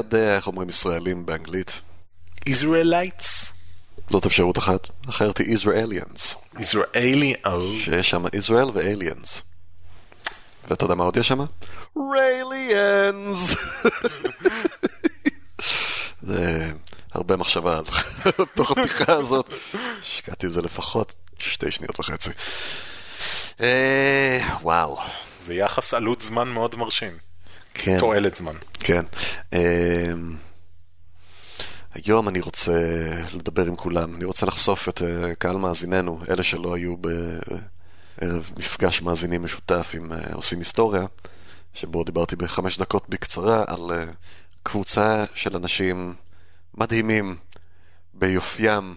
ליד, איך אומרים ישראלים באנגלית? Israelites? זאת אפשרות אחת. אחרת היא Israelians. Israeli, שיש שם Israel ו-Aliens. ואתה יודע מה עוד יש שם? Raelians! זה הרבה מחשבה תוך הפתיחה הזאת. שקעתי עם זה לפחות 2.5 שניות. וואו. זה יחס עלות זמן מאוד מרשים. כן. תועלת זמן. כן. היום אני רוצה לדבר עם כולם. אני רוצה לחשוף את קהל מאזיננו, אלה שלא היו בערב מפגש מאזינים משותף עם עושים היסטוריה, שבו דיברתי ב5 דקות בקצרה על קבוצה של אנשים מדהימים ביופיים.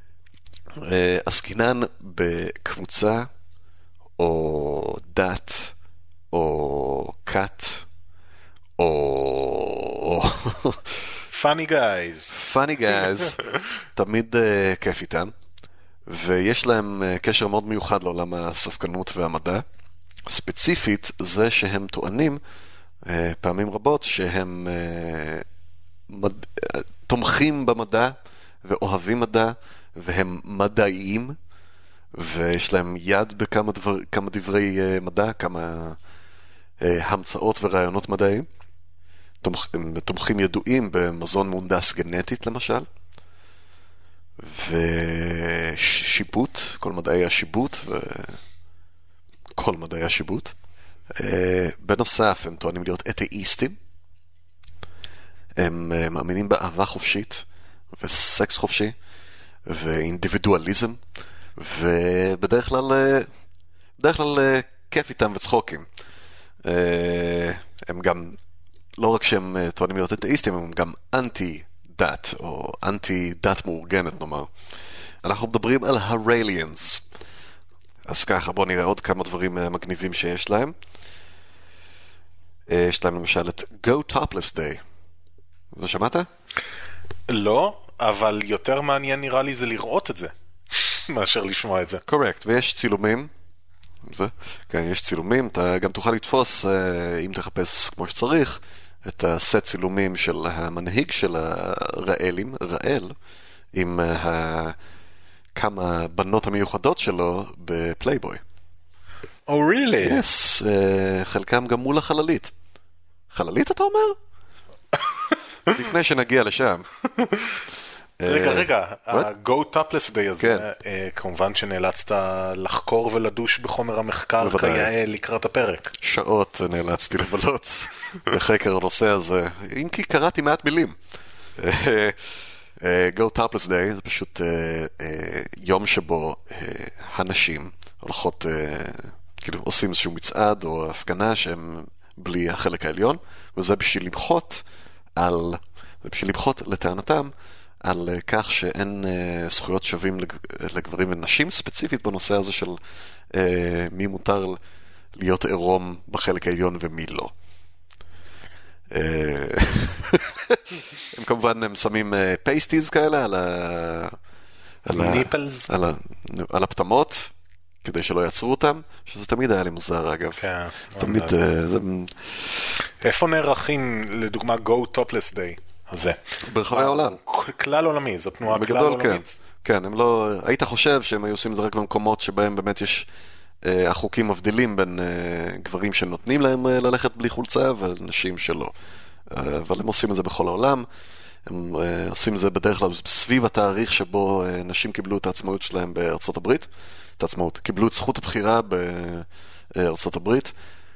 עסקינן בקבוצה או דת או קאט או funny guys. funny guys, תמיד כיף איתם, ויש להם קשר מאוד מיוחד לעולם הספקנות והמדע. ספציפית זה שהם טוענים פעמים רבות שהם תומכים במדע ואוהבים מדע והם מדעיים, ויש להם יד בכמה דברי מדע, כמה המצאות ורעיונות מדעיים. הם תומכים ידועים במזון מהונדס גנטית למשל, ושיפוט, כל מדעי השיבוט וכל מדעי השיבוט. בנוסף הם טוענים להיות אתאיסטים. הם מאמינים באהבה חופשית וסקס חופשי ואינדיבידואליזם, ובדרך כלל כיף איתם וצחוקים. הם גם, לא רק שהם טוענים להיות אתאיסטים, הם גם אנטי דת או אנטי דת מאורגנת נאמר. אנחנו מדברים על ה-Raelians. אז ככה, בואו נראה עוד כמה דברים מגניבים שיש להם. יש להם למשל את Go Topless Day. זה שמעת? לא, אבל יותר מעניין נראה לי זה לראות את זה מאשר לשמוע את זה. קורקט, ויש צילומים. כן, יש צילומים. אתה גם תוכל לתפוס, אם תחפש כמו שצריך, את הסט צילומים של המנהיג של הראלים, ראל, עם כמה בנות המיוחדות שלו בפלייבוי. Oh, really? Yes, חלקם גם מול החללית. חללית אתה אומר? לפני שנגיע לשם. רגע, ה-Go Topless Day הזה, כמובן שנאלצת לחקור ולדוש בחומר המחקר כיאה לקראת הפרק. שעות נאלצתי לבלות בחקר הנושא הזה, אם כי קראתי מעט מילים. Go Topless Day זה פשוט יום שבו הנשים הולכות, כאילו עושים איזשהו מצעד או הפגנה שהם בלי החלק העליון, וזה בשביל למחות לטענתם על כך שאין זכויות שווים לגברים ונשים, ספציפית בנושא הזה של מי מותר להיות עירום בחלק העליון ומי לא. הם כמובן הם שמים פייסטיז כאלה על הפטמות כדי שלא יעצרו אותם, שזה תמיד היה לי מוזר אגב. תמיד איפה נערכים לדוגמה Go Topless Day הזה? ברחבי העולם. כלל עולמי, זו תנועה כלל עולמית. כן, הם לא, היית חושב שהם היו עושים זה רק במקומות שבהם באמת יש החוקים מבדילים בין גברים שנותנים להם ללכת בלי חולצה ונשים שלא. אבל הם עושים את זה בכל העולם. הם עושים את זה בדרך כלל סביב התאריך שבו נשים קיבלו את העצמאות שלהם בארצות הברית. את העצמאות, קיבלו את זכות הבחירה בארצות הברית,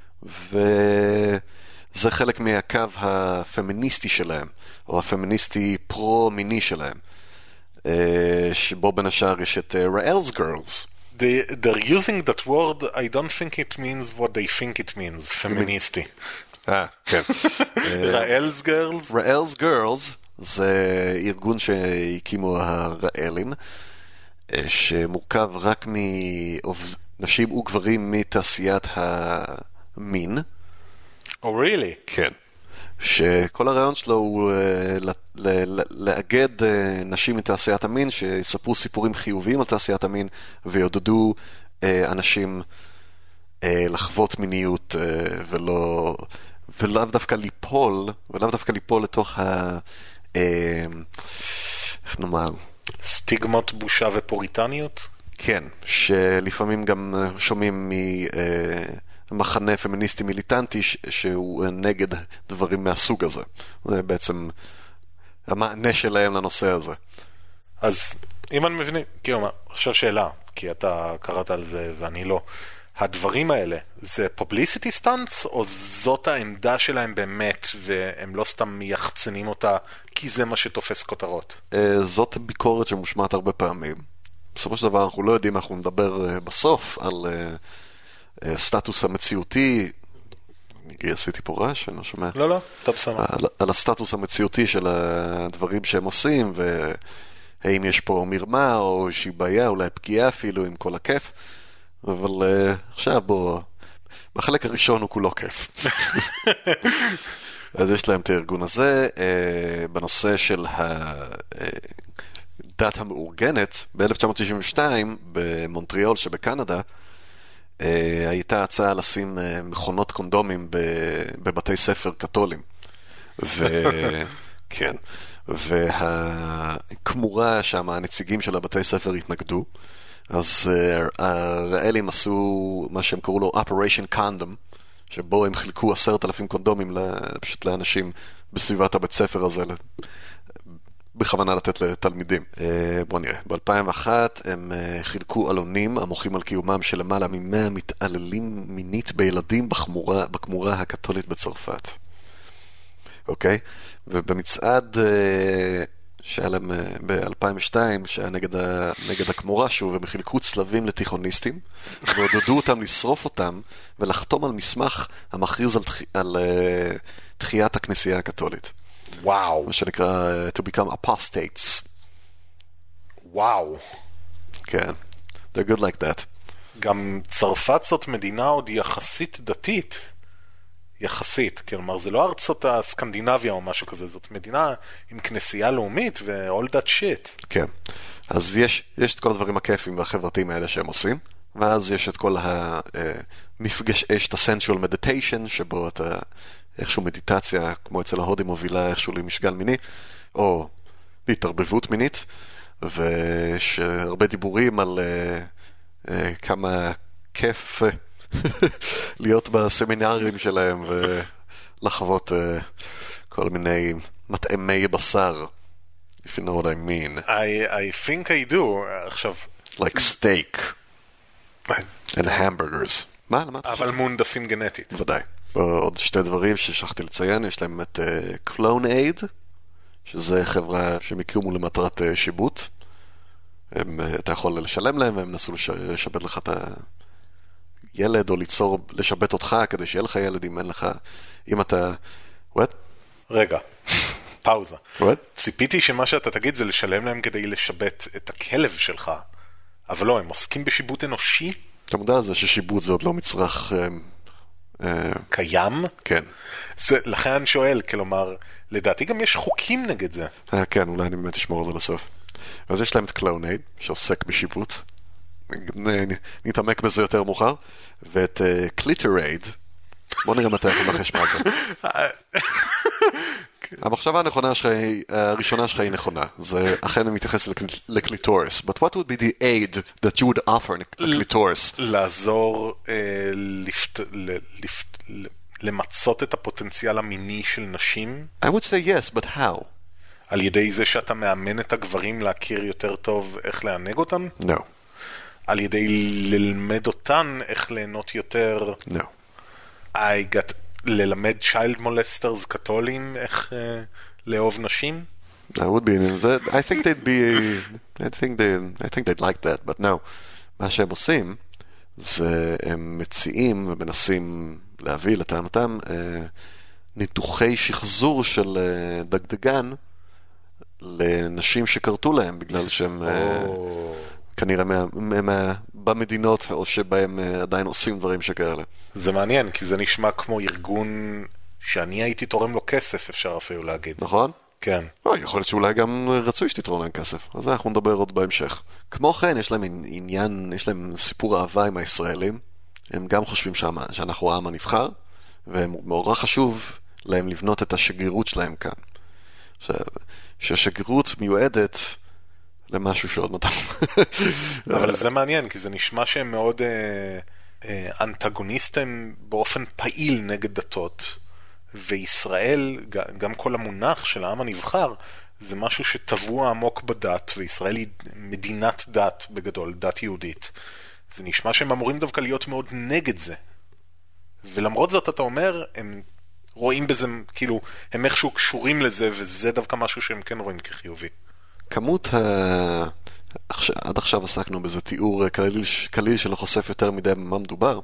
וזה חלק מהקו הפמיניסטי שלהם, או הפמיניסטי פרו-מיני שלהם, שבו בין השאר יש את Rael's Girls. They're using that word, I don't think it means what they think it means, פמיניסטי. כן. Rael's Girls? Rael's Girls זה ארגון שהקימו הראלים, שמורכב רק מנשים וגברים מתעשיית המין. Oh, really? כן. שכל הרעיון שלו הוא לאגד נשים מתעשיית המין שיספרו סיפורים חיוביים על תעשיית המין ויעודדו אנשים לחוות מיניות ולאו דווקא ליפול לתוך איך נאמר? סטיגמות, בושה ופוריטניות? כן, שלפעמים גם שומעים ממחנה פמיניסטי מיליטנטי שהוא נגד דברים מהסוג הזה. זה בעצם המענה שלהם לנושא הזה. אז אם אני מבין, כאילו, עכשיו שאלה, כי אתה קראת על זה ואני לא. הדברים האלה, זה publicity stunts, או זאת העמדה שלהם באמת, והם לא סתם מייחצנים אותה, כי זה מה שתופס כותרות? זאת ביקורת שמושמעת הרבה פעמים. בסופו של דבר אנחנו לא יודעים, אנחנו נדבר בסוף על סטטוס המציאותי, עשיתי פה רעש, אני לא שומע. לא, אתה בסדר. על הסטטוס המציאותי של הדברים שהם עושים, והאם יש פה מרמה או איזושהי בעיה, אולי פגיעה אפילו עם כל הכיף. אבל עכשיו בחלק הראשון הוא כולו כיף. אז יש להם את הארגון הזה. בנושא של הדת המאורגנת, ב-1992 במונטריאול שבקנדה, הייתה הצעה לשים מכונות קונדומים בבתי ספר קתולים. כן. והכמורה שם, הנציגים של הבתי ספר התנגדו. אז הראלים עשו מה שהם קראו לו Operation Condom, שבו הם חילקו 10,000 קונדומים פשוט לאנשים בסביבת הבית ספר הזה, בכוונה לתת לתלמידים. בואו נראה. ב-2001 הם חילקו עלונים המוחים על קיומם של למעלה מ-100 מתעללים מינית בילדים בכמורה הקתולית בצרפת. אוקיי? ובמצעד שהיה להם ב-2002, שהיה נגד הכמורה שוב, הם חילקו צלבים לתיכוניסטים, ועודדו אותם לשרוף אותם, ולחתום על מסמך המכריז על תחיית הכנסייה הקתולית. וואו. מה שנקרא to become apostates. וואו. כן. They're good like that. גם צרפת זאת מדינה עוד יחסית דתית. יחסית, כלומר זה לא ארצות הסקנדינביה או משהו כזה, זאת מדינה עם כנסייה לאומית ו-all that shit. כן, אז יש את כל הדברים הכיפים והחברתיים האלה שהם עושים, ואז יש את כל המפגש, יש את ה-sensual meditation, שבו אתה איכשהו מדיטציה, כמו אצל ההודים מובילה איכשהו למשגל מיני, או להתערבבות מינית, ויש הרבה דיבורים על כמה כיף להיות בסמינרים שלהם ולחוות כל מיני מטעמי בשר, if you know what I mean. I think I do. עכשיו, like steak and hamburgers. מה? אבל מונדסים גנטית. ודאי. עוד שתי דברים ששכחתי לציין, יש להם את CloneAid, שזה חברה שהם הקימו למטרת שיבוט. אתה יכול לשלם להם והם נסו לשבת לך את ילד או לשבת אותך כדי שיהיה לך ילד אם אין לך, אם אתה... what? רגע, פאוזה. what? ציפיתי שמה שאתה תגיד זה לשלם להם כדי לשבת את הכלב שלך, אבל לא, הם עוסקים בשיבוט אנושי? אתה מודע לזה ששיבוט זה עוד לא מצרך... קיים? כן. לכן אני שואל, כלומר, לדעתי גם יש חוקים נגד זה. כן, אולי אני באמת אשמור על זה לסוף. אז יש להם את CloneAid, שעוסק בשיבוט. נתעמק בזה יותר מאוחר. ואת ClitoRaid, בוא נראה מתי אנחנו נחש מה זה. המחשבה הראשונה שלך היא נכונה. זה אכן מתייחס לקליטורס. But what would be the aid that you would offer לקליטורס? לעזור למצות את הפוטנציאל המיני של נשים? I would say yes, but how? על ידי זה שאתה מאמן את הגברים להכיר יותר טוב איך להנהג אותם? No. על ידי ללמד אותן איך ליהנות יותר? No. ללמד child molesters קתולים איך לאהוב נשים? That would be, I think they'd like that, but no. מה שהם עושים, זה הם מציעים ומנסים להביא לטענתם ניתוחי שחזור של דגדגן לנשים שקרתו להם, בגלל שהם כנראה במדינות או שבהם עדיין עושים דברים שכאלה. זה מעניין, כי זה נשמע כמו ארגון שאני הייתי תורם לו כסף, אפשר אפילו להגיד. נכון? כן. יכול להיות שאולי גם רצוי שתתרום להם כסף. אז אנחנו נדבר עוד בהמשך. כמו כן, יש להם עניין, יש להם סיפור אהבה עם הישראלים. הם גם חושבים שאנחנו העם הנבחר, ומאוד חשוב להם לבנות את השגרירות שלהם כאן. שהשגרירות מיועדת למשהו שעוד מתם. אבל זה מעניין, כי זה נשמע שהם מאוד אנטגוניסטים באופן פעיל נגד דתות, וישראל, גם כל המונח של העם הנבחר, זה משהו שטבוע עמוק בדת, וישראל היא מדינת דת בגדול, דת יהודית. זה נשמע שהם אמורים דווקא להיות מאוד נגד זה. ולמרות זאת אתה אומר, הם רואים בזה, כאילו, הם איכשהו קשורים לזה, וזה דווקא משהו שהם כן רואים כחיובי. כמות עד עכשיו עסקנו בזה תיאור כליל שלא חושף יותר מדי במה מדובר,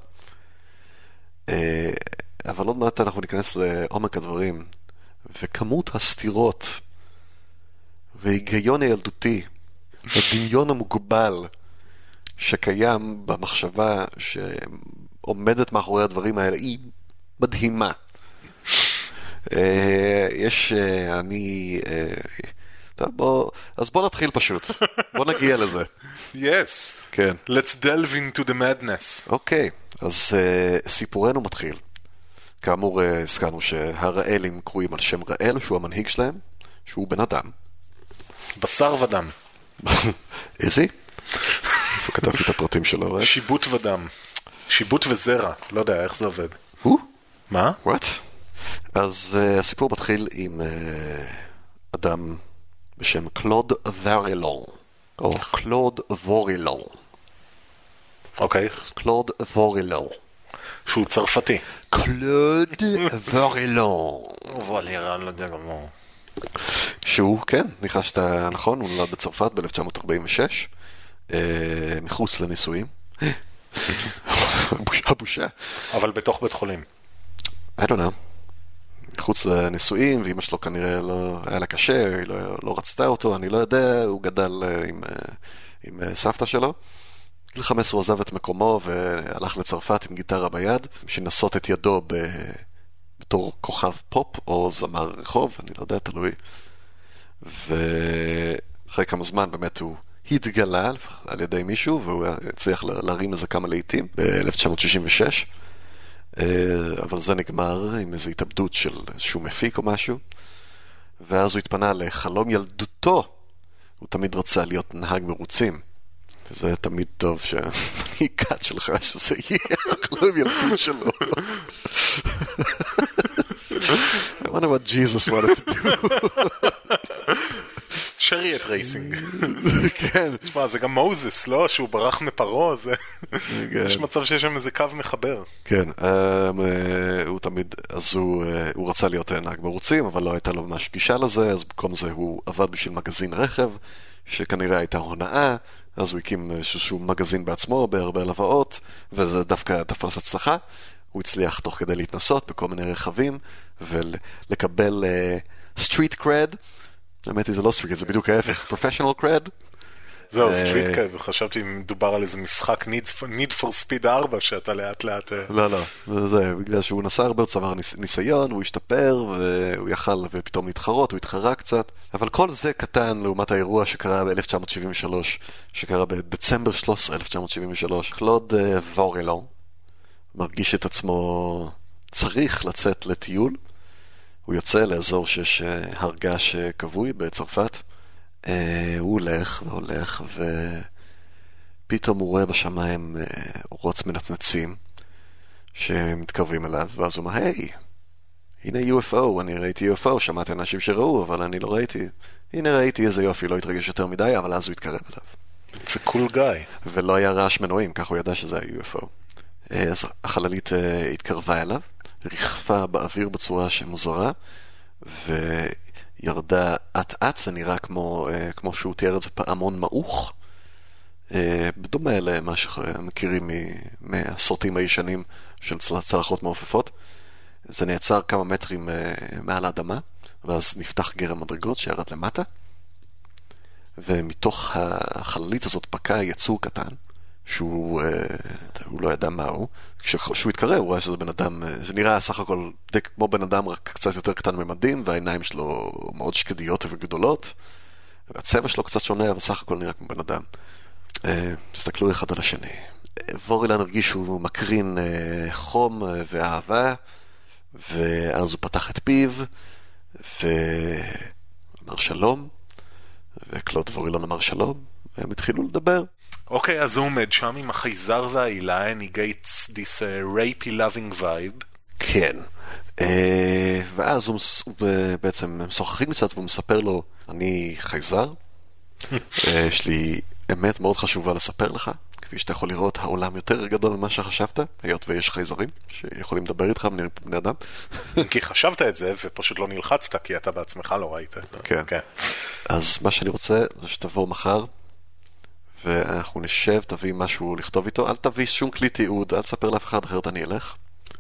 אבל עוד מעט אנחנו ניכנס לעומק הדברים, וכמות הסתירות והיגיון הילדותי, הדמיון המוגבל שקיים במחשבה שעומדת מאחורי הדברים האלה היא מדהימה. אז בוא נתחיל פשוט. בוא נגיע לזה. Yes. כן. Let's delve into the madness. אוקיי, אז סיפורנו מתחיל. כאמור, הזכרנו שהראלים קרויים על שם ראל, שהוא המנהיג שלהם, שהוא בן אדם. בשר ודם. איזי? איפה כתבתי את הפרטים שלו? שיבוט ודם. שיבוט וזרע. לא יודע איך זה עובד. מה? What? אז הסיפור מתחיל עם אדם בשם קלוד ורילון, או קלוד וורילון. אוקיי. קלוד וורילון. שהוא צרפתי. קלוד וורילון. וורילון, לא יודע גם. שהוא, כן, ניחשת נכון, הוא נולד בצרפת ב-1946, מחוץ לנישואים. הבושה. אבל בתוך בית חולים. I don't know. מחוץ לנישואים, ואמא שלו כנראה לא היה לה קשה, היא לא רצתה אותו, אני לא יודע, הוא גדל עם סבתא שלו. גיל 15 הוא עזב את מקומו והלך לצרפת עם גיטרה ביד, בשביל לנסות את ידו בתור כוכב פופ או זמר רחוב, אני לא יודע, תלוי. ואחרי כמה זמן באמת הוא התגלה על ידי מישהו, והוא הצליח להרים איזה כמה לעיתים ב-1966. אבל זה נגמר עם איזו התאבדות של איזשהו מפיק או משהו, ואז הוא התפנה לחלום ילדותו. הוא תמיד רצה להיות נהג מרוצים. זה תמיד טוב שהנהיגת שלך שזה יהיה החלום ילדות שלו. I wonder what Jesus wanted to do. שריאט רייסינג. כן. תשמע, זה גם מוזס, לא? שהוא ברח מפרו, זה... יש מצב שיש שם איזה קו מחבר. כן, הוא תמיד, אז הוא רצה להיות נהג מרוצים, אבל לא הייתה לו ממש גישה לזה, אז במקום זה הוא עבד בשביל מגזין רכב, שכנראה הייתה הונאה, אז הוא הקים איזשהו מגזין בעצמו, בהרבה לבאות, וזה דווקא תפס הצלחה. הוא הצליח תוך כדי להתנסות בכל מיני רכבים, ולקבל street cred. האמת היא זה לא street cred, זה בדיוק ההפך, professional cred. זהו, street cred, חשבתי אם מדובר על איזה משחק Need for Speed 4, שאתה לאט לאט... לא, זה בגלל שהוא נסע הרבה, הוא צבר ניסיון, הוא השתפר, והוא יכל ופתאום להתחרות, הוא התחרה קצת, אבל כל זה קטן לעומת האירוע שקרה ב-1973, שקרה בדצמבר 13, 1973. קלוד וורילון מרגיש את עצמו צריך לצאת לטיול, הוא יוצא לאזור שיש הרגש קבוי בצרפת, הוא הולך והולך, ופתאום הוא רואה בשמיים אורות מנצנצים שמתקרבים אליו, ואז הוא אומר, היי, הנה UFO, אני ראיתי UFO, שמעתי אנשים שראו, אבל אני לא ראיתי. הנה ראיתי, איזה יופי, לא התרגש יותר מדי, אבל אז הוא התקרב אליו. It's a cool guy. ולא היה רעש מנועים, כך הוא ידע שזה היה UFO. אז החללית התקרבה אליו, ריחפה באוויר בצורה שמוזרה, וירדה עט-עט, זה נראה כמו שהוא תיאר את זה פעמון מעוך, בדומה למה שמכירים מהסרטים הישנים של צלחות מעופפות. זה נעצר כמה מטרים מעל האדמה, ואז נפתח גרם מדרגות שירד למטה, ומתוך החללית הזאת פקע יצור קטן, שהוא לא ידע מהו. כשהוא התקרב, הוא רואה שזה בן אדם, זה נראה סך הכל די כמו בן אדם, רק קצת יותר קטן ממדים, והעיניים שלו מאוד שקדיות וגדולות, והצבע שלו קצת שונה, אבל סך הכל נראה כמו בן אדם. הסתכלו אחד על השני. וורילן הרגיש שהוא מקרין חום ואהבה, ואז הוא פתח את פיו, ואמר שלום, וקלוד וורילון אמר שלום, והם התחילו לדבר. אוקיי, אז הוא עומד שם עם החייזר והעילה, and he gets this rapey loving vibe. כן. ואז הוא בעצם משוחחים קצת, והוא מספר לו, אני חייזר, יש לי אמת מאוד חשובה לספר לך, כפי שאתה יכול לראות, העולם יותר גדול ממה שחשבת, היות ויש חייזרים שיכולים לדבר איתך ונראים בני אדם. כי חשבת את זה, ופשוט לא נלחצת, כי אתה בעצמך לא ראית. כן. אז מה שאני רוצה, זה שתבוא מחר, ואנחנו נשב, תביא משהו לכתוב איתו, אל תביא שום כלי תיעוד, אל תספר לאף אחד, אחרת אני אלך.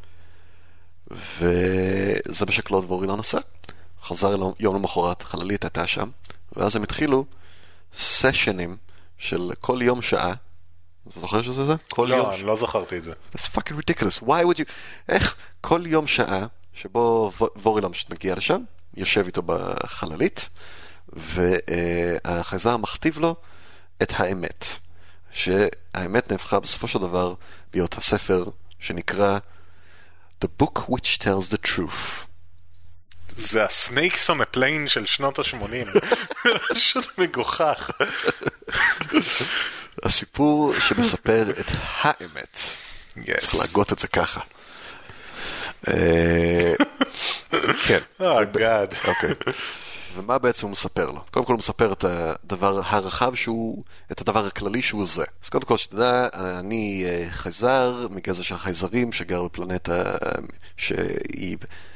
וזה מה שקלוד וורילון עשה. חזר יום למחרת, חללית הייתה שם, ואז הם התחילו סשנים של כל יום שעה. אתה זוכר שזה זה? לא, אני לא זכרתי את זה. It's fucking ridiculous. Why would you... איך כל יום שעה שבו וורילון מגיע לשם, יושב איתו בחללית, והחייזר מכתיב לו את האמת. שהאמת נהפכה בסופו של דבר להיות הספר שנקרא The Book Which Tells the Truth. זה הסנייקס on a plane של שנות ה-80. זה פשוט מגוחך. הסיפור שמספר את האמת. צריך להגות את זה ככה. כן. גאד. אוקיי. ומה בעצם הוא מספר לו? קודם כל הוא מספר את הדבר הרחב שהוא, את הדבר הכללי שהוא זה. אז קודם כל שתדע, אני חייזר, מגזע של חייזרים שגר בפלנטה שהיא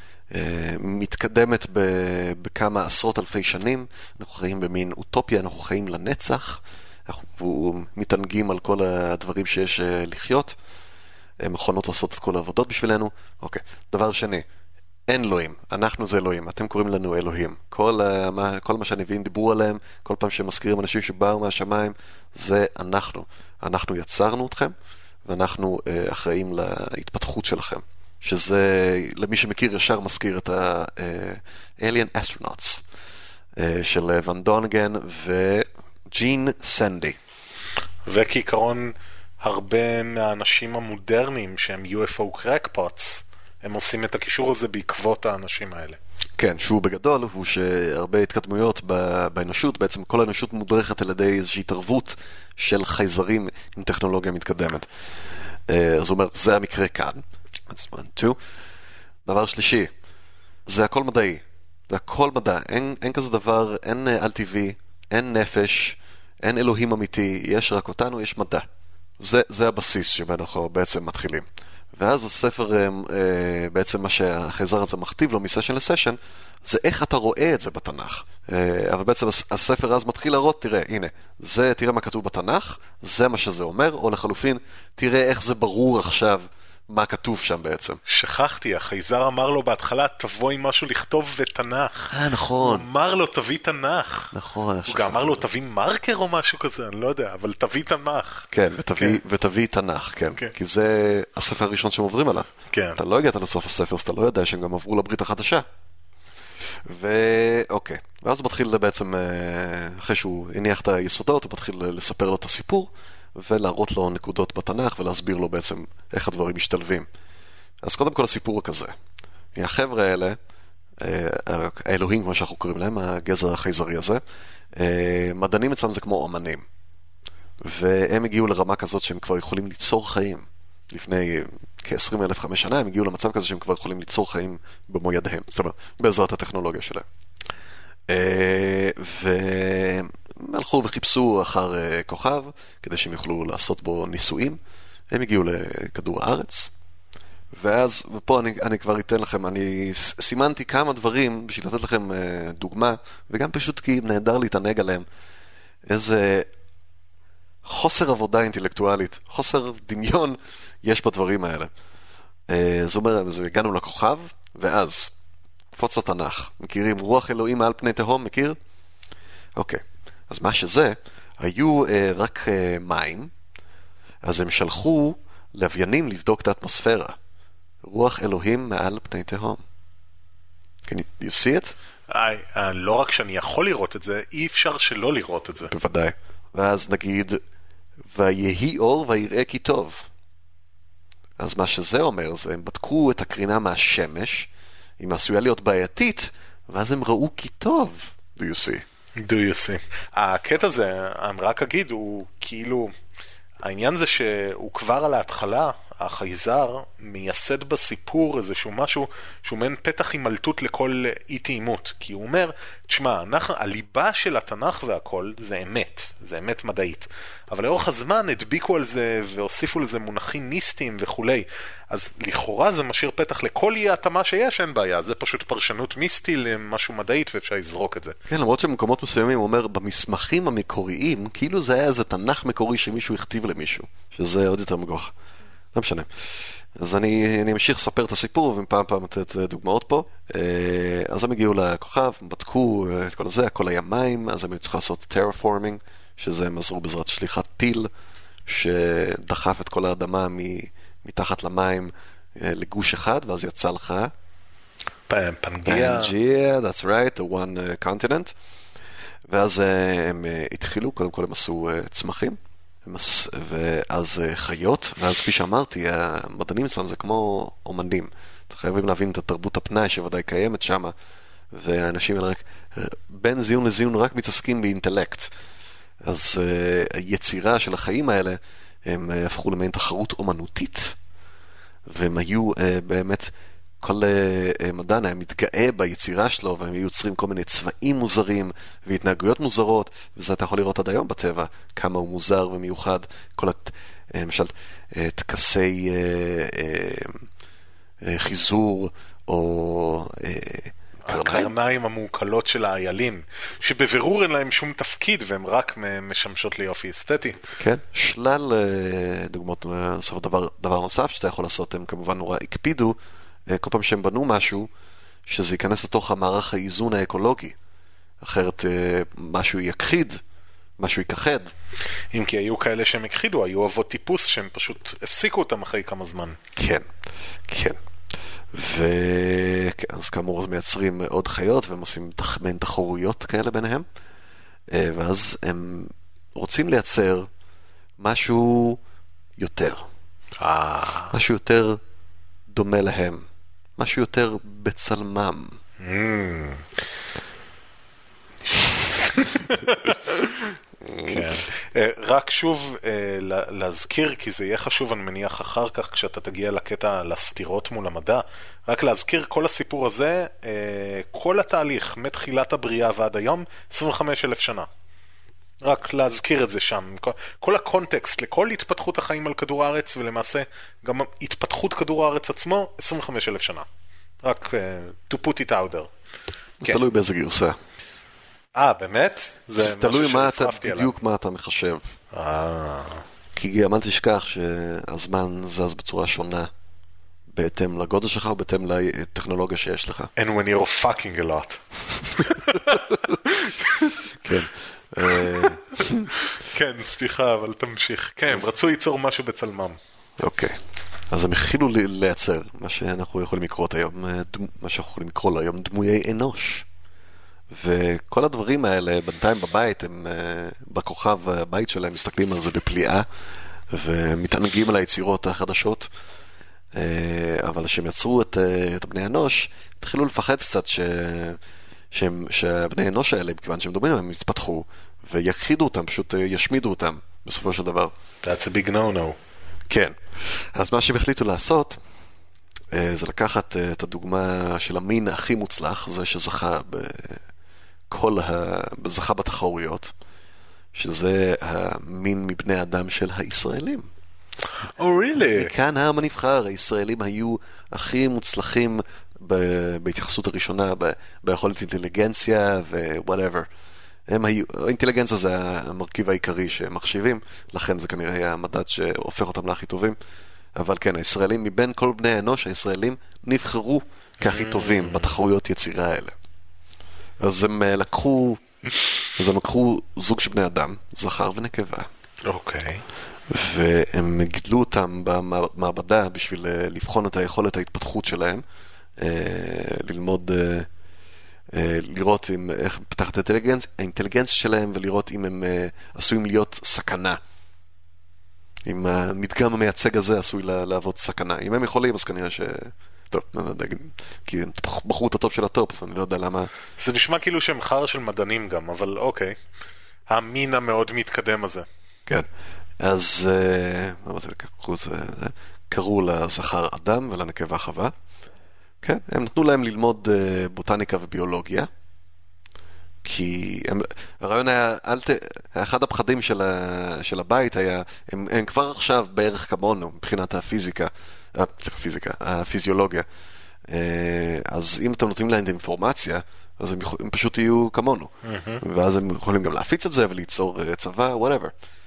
מתקדמת בכמה עשרות אלפי שנים. אנחנו חיים במין אוטופיה, אנחנו חיים לנצח. אנחנו מתענגים על כל הדברים שיש לחיות. מכונות עושות את כל העבודות בשבילנו. אוקיי. דבר שני, אין אלוהים, אנחנו זה אלוהים, אתם קוראים לנו אלוהים. כל מה שהנביאים דיברו עליהם, כל פעם שמזכירים אנשים שבאו מהשמיים, זה אנחנו. אנחנו יצרנו אתכם, ואנחנו אחראים להתפתחות שלכם. שזה, למי שמכיר ישר מזכיר את ה-Alien Astronauts של ון דונגן וג'ין סנדי. וכעיקרון, הרבה מהאנשים המודרניים שהם UFO crackpots, הם עושים את הקישור הזה בעקבות האנשים האלה. כן, שהוא בגדול, הוא שהרבה התקדמויות באנושות, בעצם כל האנושות מודרכת על ידי איזושהי התערבות של חייזרים עם טכנולוגיה מתקדמת. אז הוא אומר, זה המקרה כאן. That's one, two. דבר שלישי, זה הכל מדעי. זה הכל מדע. אין כזה דבר, אין על טבעי, אין נפש, אין אלוהים אמיתי, יש רק אותנו, יש מדע. זה הבסיס שבו אנחנו בעצם מתחילים. ואז הספר, בעצם מה שהחייזר הזה מכתיב לו מסשן לסשן, זה איך אתה רואה את זה בתנ"ך. אבל בעצם הספר אז מתחיל להראות, תראה, הנה, תראה מה כתוב בתנ"ך, זה מה שזה אומר, או לחלופין, תראה איך זה ברור עכשיו מה כתוב שם בעצם. שכחתי, החייזר אמר לו בהתחלה, תבוא עם משהו לכתוב בתנ"ך. נכון. הוא אמר לו, תביא תנ"ך. נכון. הוא גם אמר לו, תביא מרקר או משהו כזה, אני לא יודע, אבל תביא תנ"ך. כן, ותביא תנ"ך, כן. כי זה הספר הראשון שהם עוברים עליו. כן. אתה לא הגעת לסוף הספר, אז אתה לא יודע שהם גם עברו לברית החדשה. ואוקיי. ואז הוא מתחיל בעצם, אחרי שהוא הניח את היסודות, הוא מתחיל לספר לו את הסיפור, ולהראות לו נקודות בתנ"ך, ולהסביר לו בעצם איך הדברים משתלבים. אז קודם כל הסיפור הכזה. החבר'ה האלה, האלוהים, כמו שאנחנו קוראים להם, הגזע החייזרי הזה, מדענים אצלם זה כמו אומנים. והם הגיעו לרמה כזאת שהם כבר יכולים ליצור חיים. לפני כ-20,005 שנה הם הגיעו למצב כזה שהם כבר יכולים ליצור חיים במו ידיהם. זאת אומרת, בעזרת הטכנולוגיה שלהם. והלכו וחיפשו אחר כוכב, כדי שהם יוכלו לעשות בו ניסויים. הם הגיעו לכדור הארץ. ופה אני כבר אתן לכם, אני סימנתי כמה דברים בשביל לתת לכם דוגמה, וגם פשוט כי נהדר להתענג עליהם. איזה חוסר עבודה אינטלקטואלית, חוסר דמיון יש בדברים האלה. זאת אומרת, הגענו לכוכב, ואז קפוץ לתנ"ך. מכירים רוח אלוהים מעל פני תהום, מכיר? אוקיי. אז מה שזה, היו רק מים, אז הם שלחו לוויינים לבדוק את האטמוספירה. רוח אלוהים מעל פני תהום. Can you see it? לא רק שאני יכול לראות את זה, אי אפשר שלא לראות את זה. בוודאי. ואז נגיד, ויהי אור ויראה כי טוב. אז מה שזה אומר, זה הם בדקו את הקרינה מהשמש, היא עשויה להיות בעייתית, ואז הם ראו כי טוב, do you see? do you see. הקטע הזה, אני רק אגיד, הוא כאילו, העניין זה שהוא כבר על ההתחלה, החייזר מייסד בסיפור איזשהו משהו שהוא מעין פתח הימלטות לכל אי תאימות, כי הוא אומר, תשמע, הליבה של התנ"ך והכל זה אמת, זה אמת מדעית, אבל לאורך הזמן הדביקו על זה והוסיפו לזה מונחים מיסטיים וכולי, אז לכאורה זה משאיר פתח לכל אי התאמה שיש, אין בעיה, זה פשוט פרשנות מיסטי למשהו מדעית ואפשר לזרוק את זה. כן, למרות שבמקומות מסוימים הוא אומר, במסמכים המקוריים, כאילו זה היה איזה תנ"ך מקורי שמישהו הכתיב למישהו, שזה עוד יותר מגוח. לא משנה. אז אני אמשיך לספר את הסיפור, ומפעם פעם לתת דוגמאות פה. אז הם הגיעו לכוכב, בדקו את כל הזה, הכל היה מים, אז הם צריכים לעשות terraforming, שזה הם עזרו בעזרת שליחת טיל, שדחף את כל האדמה מתחת למים לגוש אחד, ואז יצא לך פנגיה. That's right, the one continent. ואז הם התחילו, קודם כל הם עשו צמחים, ואז חיות, ואז כפי שאמרתי, המדענים אצלם זה כמו אומנים. אתם חייבים להבין את התרבות הפנאי שוודאי קיימת שם, והאנשים האלה רק, בין זיון לזיון רק מתעסקים באינטלקט. אז היצירה של החיים האלה, הם הפכו למעין תחרות אומנותית, והם היו באמת, כל מדען היה מתגאה ביצירה שלו, והם היו יוצרים כל מיני צבעים מוזרים והתנהגויות מוזרות, וזה אתה יכול לראות עד היום בטבע, כמה הוא מוזר ומיוחד. כל למשל תקסי חיזור או הקרניים המעוקלות של האיילים, שבבירור אין להם שום תפקיד והם רק משמשות ליופי אסתטי. כן, שלל דוגמאות. דבר נוסף שאתה יכול לעשות, הם כמובן נורא הקפידו כל פעם שהם בנו משהו, שזה ייכנס לתוך המערך האיזון האקולוגי. אחרת משהו יכחיד, משהו יכחד. אם כי היו כאלה שהם הכחידו, היו אבות טיפוס שהם פשוט הפסיקו אותם אחרי כמה זמן. כן, כן. אז כאמור מייצרים עוד חיות, והם עושים מעין תחרויות כאלה ביניהם. ואז הם רוצים לייצר משהו יותר. משהו יותר דומה להם. משהו יותר בצלמם. כן. רק שוב להזכיר, כי זה יהיה חשוב, אני מניח אחר כך כשאתה תגיע לקטע לסתירות מול המדע, רק להזכיר כל הסיפור הזה, כל התהליך מתחילת הבריאה ועד היום, 25,000 שנה. רק להזכיר את זה שם. כל הקונטקסט לכל התפתחות החיים על כדור הארץ, ולמעשה גם התפתחות כדור הארץ עצמו, 25,000 שנה. רק to put it out there. תלוי באיזה גרסה. באמת? זה תלוי בדיוק מה אתה מחשב. כי גם אל תשכח שהזמן זז בצורה שונה, בהתאם לגודל שלך או בהתאם לטכנולוגיה שיש לך. And when you're fucking a lot. כן. כן, סליחה, אבל תמשיך. כן, רצו ליצור משהו בצלמם. אוקיי. אז הם החילו לייצר מה שאנחנו יכולים לקרוא היום, מה שאנחנו יכולים לקרוא היום דמויי אנוש. וכל הדברים האלה בינתיים בבית, הם בכוכב הבית שלהם מסתכלים על זה בפליאה, ומתענגים על היצירות החדשות. אבל כשהם יצרו את בני אנוש, התחילו לפחד קצת שהבני אנוש האלה, מכיוון שהם דומים, הם יתפתחו ויכחידו אותם, פשוט ישמידו אותם בסופו של דבר. That's a big no-no. כן. אז מה שהם החליטו לעשות, זה לקחת את הדוגמה של המין הכי מוצלח, זה שזכה זכה בתחרויות, שזה המין מבני אדם של הישראלים. Oh, really? מכאן העם הנבחר, הישראלים היו הכי מוצלחים בהתייחסות הראשונה, ביכולת אינטליגנציה ו-whatever. האינטליגנציה זה המרכיב העיקרי שהם מחשיבים, לכן זה כנראה המדד שהופך אותם להכי טובים. אבל כן, הישראלים, מבין כל בני האנוש, הישראלים נבחרו כהכי טובים בתחרויות יצירה האלה. אז הם לקחו זוג של בני אדם, זכר ונקבה. אוקיי. והם גידלו אותם במעבדה בשביל לבחון את היכולת ההתפתחות שלהם, ללמוד, לראות איך פתחת האינטליגנציה שלהם, ולראות אם הם עשויים להיות סכנה. אם המדגם המייצג הזה עשוי להוות סכנה. אם הם יכולים, אז כנראה טוב, אני לא יודע, כי הם בחרו את הטופ של הטופ, אז אני לא יודע למה... זה נשמע כאילו שהם חר של מדענים גם, אבל אוקיי. המין המאוד מתקדם הזה. כן, אז קראו לזכר אדם ולנקבה חווה. כן, הם נתנו להם ללמוד בוטניקה וביולוגיה, כי הרעיון היה, אחד הפחדים של הבית היה, הם כבר עכשיו בערך כמונו מבחינת הפיזיולוגיה. אז אם אתם נותנים להם את האינפורמציה, אז הם פשוט יהיו כמונו. ואז הם יכולים גם להפיץ את זה וליצור צבא, whatever.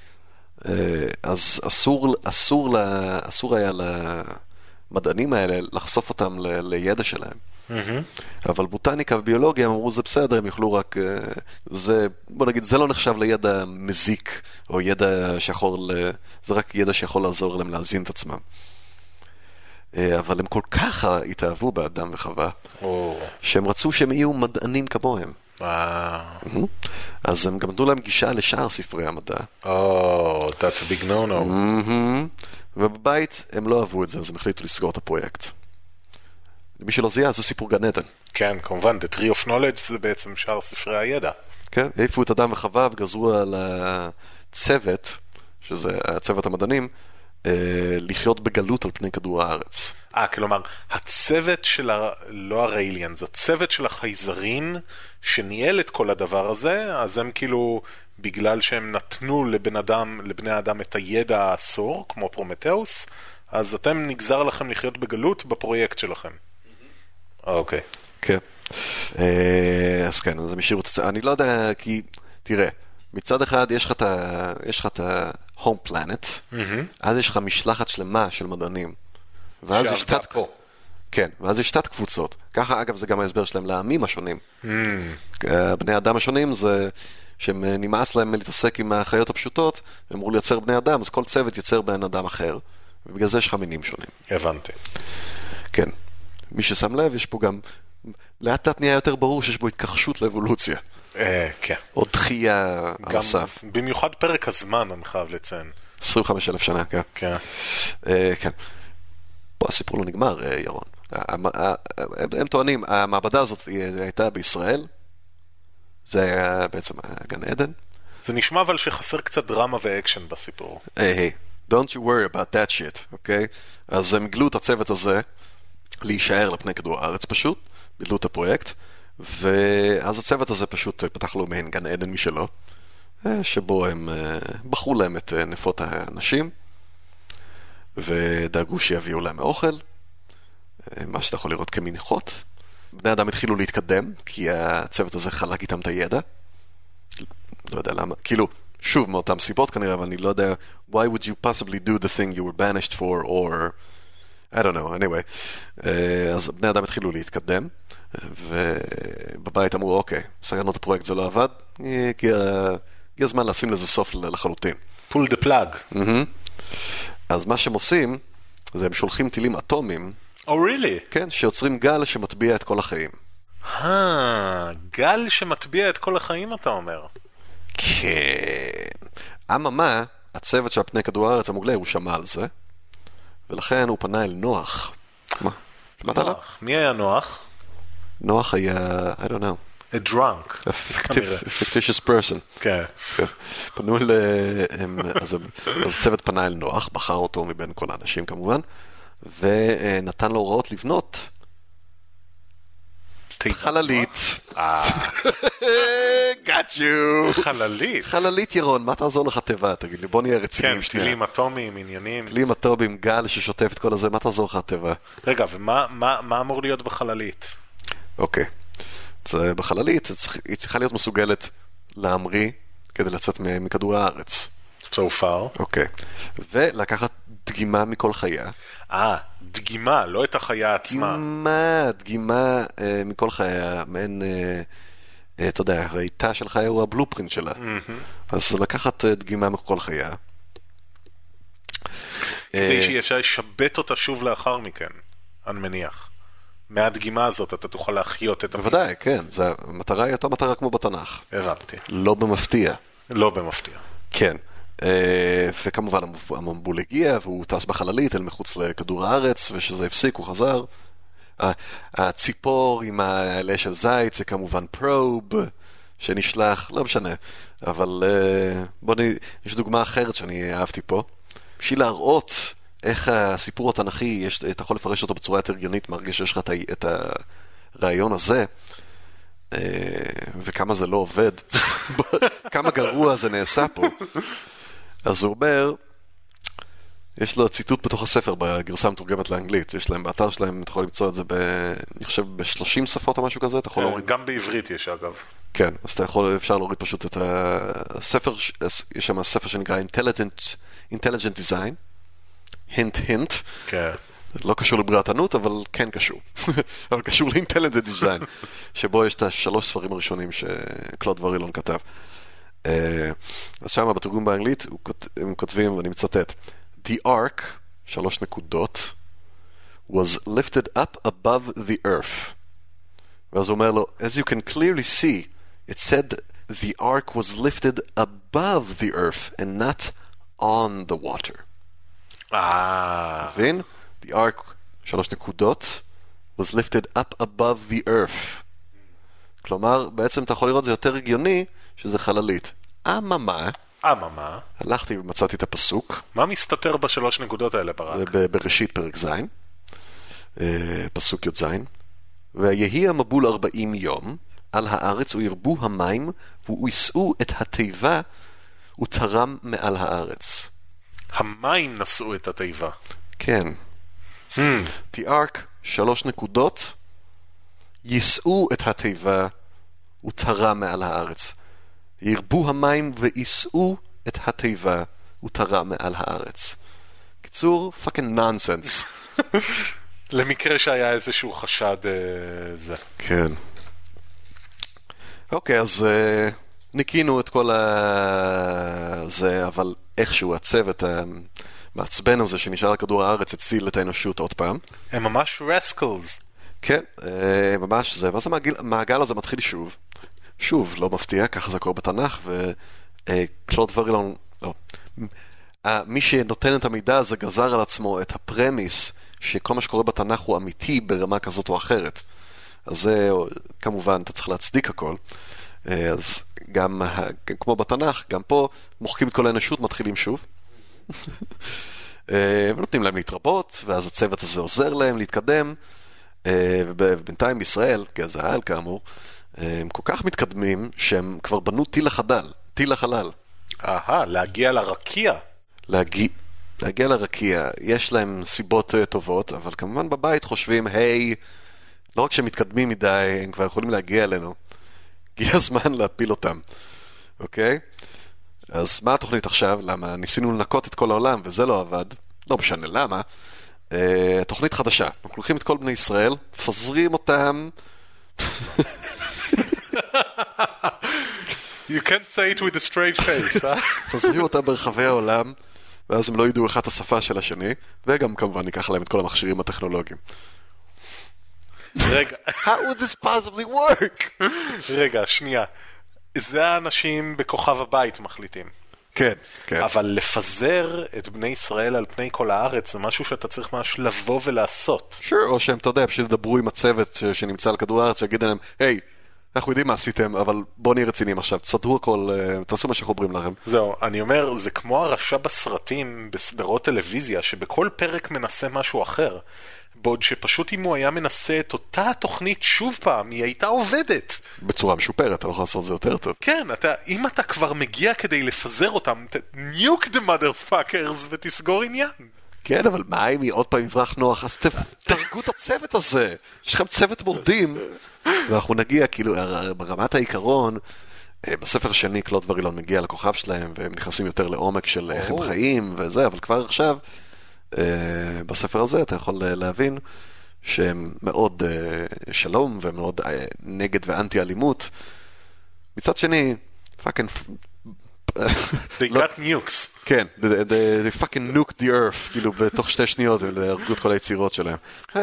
אז אסור היה למדענים האלה לחשוף אותם לידע שלהם. אבל בוטניקה וביולוגיה הם אמרו זה בסדר, הם יוכלו רק בוא נגיד, זה לא נחשב לידע מזיק או ידע שיכול, זה רק ידע שיכול לעזור להם להזין את עצמם. אבל הם כל כך התאהבו באדם וחווה שהם רצו שהם יהיו מדענים כמוהם. אז הם גם נתנו להם גישה לשאר ספרי המדע. That's a big no-no. ובבית הם לא אהבו את זה, אז הם החליטו לסגור את הפרויקט. למי שלא זיהה, זה סיפור גן עדן. כן, כמובן, The Tree of Knowledge זה בעצם שאר ספרי הידע. כן, העיפו את אדם וחווה וגזרו על הצוות, שזה הצוות המדענים, לחיות בגלות על פני כדור הארץ. כלומר, הצוות של, לא הרייליאנס, הצוות של החייזרים שניהל את כל הדבר הזה, אז הם כאילו, בגלל שהם נתנו לבני האדם את הידע העשור, כמו פרומטאוס, אז אתם נגזר לכם לחיות בגלות בפרויקט שלכם. אוקיי. כן. אז כן, אז הם השאירו את זה. אני לא יודע, כי, תראה, מצד אחד יש לך את ה-home planet, אז יש לך משלחת שלמה של מדענים. ואז יש תת... כן, ואז יש תת קבוצות. ככה, אגב, זה גם ההסבר שלהם לעמים השונים. בני אדם השונים זה שהם נמאס להם להתעסק עם החיות הפשוטות, הם אמרו לייצר בני אדם, אז כל צוות ייצר בן אדם אחר. ובגלל זה יש לך מינים שונים. הבנתי. כן. מי ששם לב, יש פה גם... לאט לאט נהיה יותר ברור שיש בו התכחשות לאבולוציה. כן. או דחייה על הסף. במיוחד פרק הזמן, אני חייב לציין. 25,000 שנה, כן. כן. כן. פה הסיפור לא נגמר, ירון. הם טוענים, המעבדה הזאת הייתה בישראל, זה היה בעצם גן עדן. זה נשמע אבל שחסר קצת דרמה ואקשן בסיפור. היי, don't you worry about that shit, אוקיי? אז הם גילו את הצוות הזה להישאר לפני כדור הארץ פשוט, ביטלו את הפרויקט, ואז הצוות הזה פשוט פתח לו מעין גן עדן משלו, שבו הם בחרו להם את נפות האנשים, ודאגו שיביאו להם אוכל, מה שאתה יכול לראות כמניחות. בני אדם התחילו להתקדם, כי הצוות הזה חלק איתם את הידע. לא יודע למה, כאילו, שוב מאותם סיבות כנראה, אבל אני לא יודע, why would you possibly do the thing you were banished for, or, I don't know, anyway. אז בני אדם התחילו להתקדם, ובבית אמרו, אוקיי, סגרנו את הפרויקט, זה לא עבד, הגיע הזמן לשים לזה סוף לחלוטין. pull the plug. אז מה שהם עושים, זה הם שולחים טילים אטומיים, really? כן, שיוצרים גל שמטביע את כל החיים. גל שמטביע את כל החיים, אתה אומר? כן. אממה, הצוות של פני כדור הארץ המוגלה, הוא שמע על זה, ולכן הוא פנה אל נוח. מה? שמעת עליו? מי היה נוח? נוח היה, I don't know. A drunk. A fictitious person. כן. פנו אל... אז הצוות פנה אל נוח, בחר אותו מבין כל האנשים כמובן, ונתן לו הוראות לבנות חללית. Got you. חללית? חללית, ירון, מה תעזור לך טבע? תגיד לי, בוא נהיה רציניים כן, שנייה. טילים אטומיים, עניינים. טילים אטומיים, גל ששוטף את כל הזה, מה תעזור לך טבע? רגע, ומה אמור להיות בחללית? אוקיי. בחללית היא צריכה להיות מסוגלת להמריא כדי לצאת מכדור הארץ. So far. אוקיי. ולקחת דגימה מכל חיה. דגימה, לא את החיה עצמה. דגימה מכל חיה, מעין, אתה יודע, ראיתה של חיה הוא הבלופרינט שלה. אז לקחת דגימה מכל חיה. כדי שאפשר לשבת אותה שוב לאחר מכן, אני מניח. מהדגימה הזאת אתה תוכל להחיות את המין. בוודאי, כן. המטרה היא אותה מטרה כמו בתנ"ך. הבנתי. לא במפתיע. לא במפתיע. כן. וכמובן המבול הגיע והוא טס בחללית אל מחוץ לכדור הארץ, ושזה הפסיק, הוא חזר. הציפור עם העלה של זית זה כמובן פרוב שנשלח, לא משנה. אבל יש דוגמה אחרת שאני אהבתי פה. בשביל להראות איך הסיפור התנ"כי, אתה יכול לפרש אותו בצורה יותר הגיונית, מרגיש שיש לך את הרעיון הזה, וכמה זה לא עובד, כמה גרוע זה נעשה פה. אז הוא אומר, יש לו ציטוט בתוך הספר בגרסה מתורגמת לאנגלית, יש להם באתר שלהם, אתה יכול למצוא את זה אני חושב ב-30 שפות או משהו כזה, אתה יכול להוריד. גם בעברית יש אגב. כן, אז אפשר להוריד פשוט את הספר, יש שם ספר שנקרא Intelligent Design, hint, כן. לא קשור לבריאתנות, אבל כן קשור. אבל קשור ל-Intelligent Design, שבו יש את 3 ספרים הראשונים שקלוד ורילון כתב. אז שם בתרגום באנגלית הם כותבים, ואני מצטט, The ark, 3 נקודות, was lifted up above the earth. ואז הוא אומר לו, as you can clearly see, it said the ark was lifted above the earth and not on the water. מבין? The ark, 3 נקודות, was lifted up above the earth. כלומר, בעצם אתה יכול לראות זה יותר הגיוני שזה חללית. אממה, הלכתי ומצאתי את הפסוק. מה מסתתר ב3 נקודות האלה ברק? זה בראשית פרק ז', פסוק י' ז', ויהי המבול 40 יום על הארץ וירבו המים וישאו את התיבה ותרם מעל הארץ. המים נשאו את התיבה. כן. The ark, 3 נקודות, ישאו את התיבה ותרם מעל הארץ. ירבו המים וישאו את התיבה ותרם מעל הארץ. קיצור, fucking nonsense. למקרה שהיה איזשהו חשד זה. כן. אוקיי, אז ניקינו את כל זה, אבל איכשהו הצוות המעצבן הזה שנשאר על כדור הארץ הציל את האנושות עוד פעם. הם ממש rascals. כן, ממש זה. ואז המעגל הזה מתחיל שוב, לא מפתיע, ככה זה קורה בתנ"ך, וקלוד ורילון, לא. מי שנותן את המידע הזה גזר על עצמו את הפרמיס שכל מה שקורה בתנ"ך הוא אמיתי ברמה כזאת או אחרת. אז זה, כמובן, אתה צריך להצדיק הכל. אז גם, כמו בתנ"ך, גם פה מוחקים את כל האנושות, מתחילים שוב. ונותנים להם להתרבות, ואז הצוות הזה עוזר להם להתקדם. ובינתיים בישראל, גזעל כאמור, הם כל כך מתקדמים שהם כבר בנו טיל החלל. להגיע לרקיע. להגיע לרקיע. יש להם סיבות טובות, אבל כמובן בבית חושבים, היי, לא רק שהם מתקדמים מדי, הם כבר יכולים להגיע אלינו. הגיע הזמן להפיל אותם. אוקיי? אז מה התוכנית עכשיו? למה? ניסינו לנקות את כל העולם, וזה לא עבד. לא משנה למה. תוכנית חדשה. אנחנו לוקחים את כל בני ישראל, פזרים אותם. You can't say it with a straight face, פזרים אותם ברחבי העולם, ואז הם לא ידעו אחד השפה של השני, וגם כמובן ניקח להם את כל המכשירים הטכנולוגיים. רגע. How would this possibly work? רגע, שנייה. זה האנשים בכוכב הבית מחליטים. כן, כן. אבל לפזר את בני ישראל על פני כל הארץ זה משהו שאתה צריך ממש לבוא ולעשות. או שהם, אתה יודע, פשוט דברו עם הצוות שנמצא על כדור הארץ ויגידו להם, היי, אנחנו יודעים מה עשיתם, אבל בואו נהיה רציניים עכשיו, תסדרו הכל, תעשו מה שאנחנו אומרים לכם. זהו, אני אומר, זה כמו הרשע בסרטים, בסדרות טלוויזיה, שבכל פרק מנסה משהו אחר. בעוד שפשוט אם הוא היה מנסה את אותה התוכנית שוב פעם, היא הייתה עובדת. בצורה משופרת, אתה לא יכול לעשות את זה יותר טוב. כן, אם אתה כבר מגיע כדי לפזר אותם, nuke the motherfuckers ותסגור עניין. כן, אבל מה אם היא עוד פעם יברח נוח? אז תרגו את הצוות הזה. יש לכם צוות מורדים. ואנחנו נגיע, כאילו, ברמת העיקרון, בספר השני קלוד ורילון מגיע לכוכב שלהם, והם נכנסים יותר לעומק של איך הם חיים וזה, אבל כבר עכשיו, בספר הזה אתה יכול להבין שהם מאוד שלום ומאוד נגד ואנטי אלימות. מצד שני, fucking they got nukes. כן, they fucking nuked the earth, כאילו בתוך 2 שניות להרגו את כל היצירות שלהם.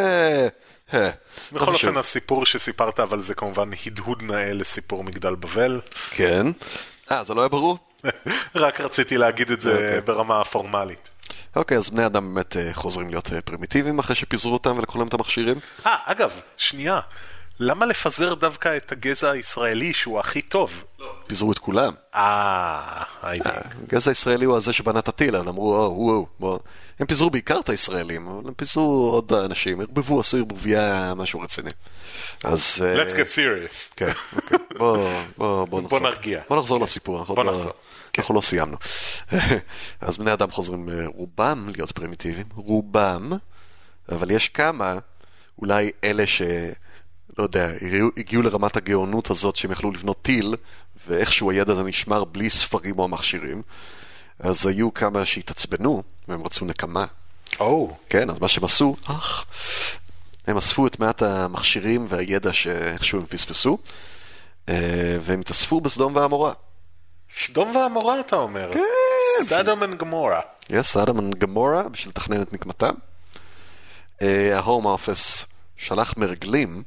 בכל אופן הסיפור שסיפרת, אבל זה כמובן הדהוד נאה לסיפור מגדל בבל. כן. זה לא היה ברור? רק רציתי להגיד את זה ברמה הפורמלית. אוקיי, אז בני אדם באמת חוזרים להיות פרימיטיביים אחרי שפיזרו אותם ולקחו להם את המכשירים. אגב, שנייה. למה לפזר דווקא את הגזע הישראלי שהוא הכי טוב? פיזרו את כולם. הייתי. הגזע הישראלי הוא הזה שבנה את הטיל, אז אמרו, הם פיזרו בעיקר את הישראלים, אבל הם פיזרו עוד אנשים, עשו ערבוביה, משהו רציני. אז... Let's get serious. כן, אוקיי. בוא נרגיע. בוא נחזור לסיפור. בוא נחזור. אנחנו לא סיימנו. אז בני אדם חוזרים רובם להיות פרימיטיביים, רובם, אבל יש כמה, אולי אלה לא יודע, הגיעו לרמת הגאונות הזאת שהם יכלו לבנות טיל, ואיכשהו הידע הזה נשמר בלי ספרים או מכשירים, אז היו כמה שהתעצבנו, והם רצו נקמה. כן, אז מה שהם עשו, הם אספו את מעט המכשירים והידע שאיכשהו הם פספסו, והם התאספו בסדום ועמורה. סדום ועמורה אתה אומר? כן. סדום וגמורה. סדום וגמורה, בשביל לתכנן את נקמתם. ההום אופס שלח מרגלים,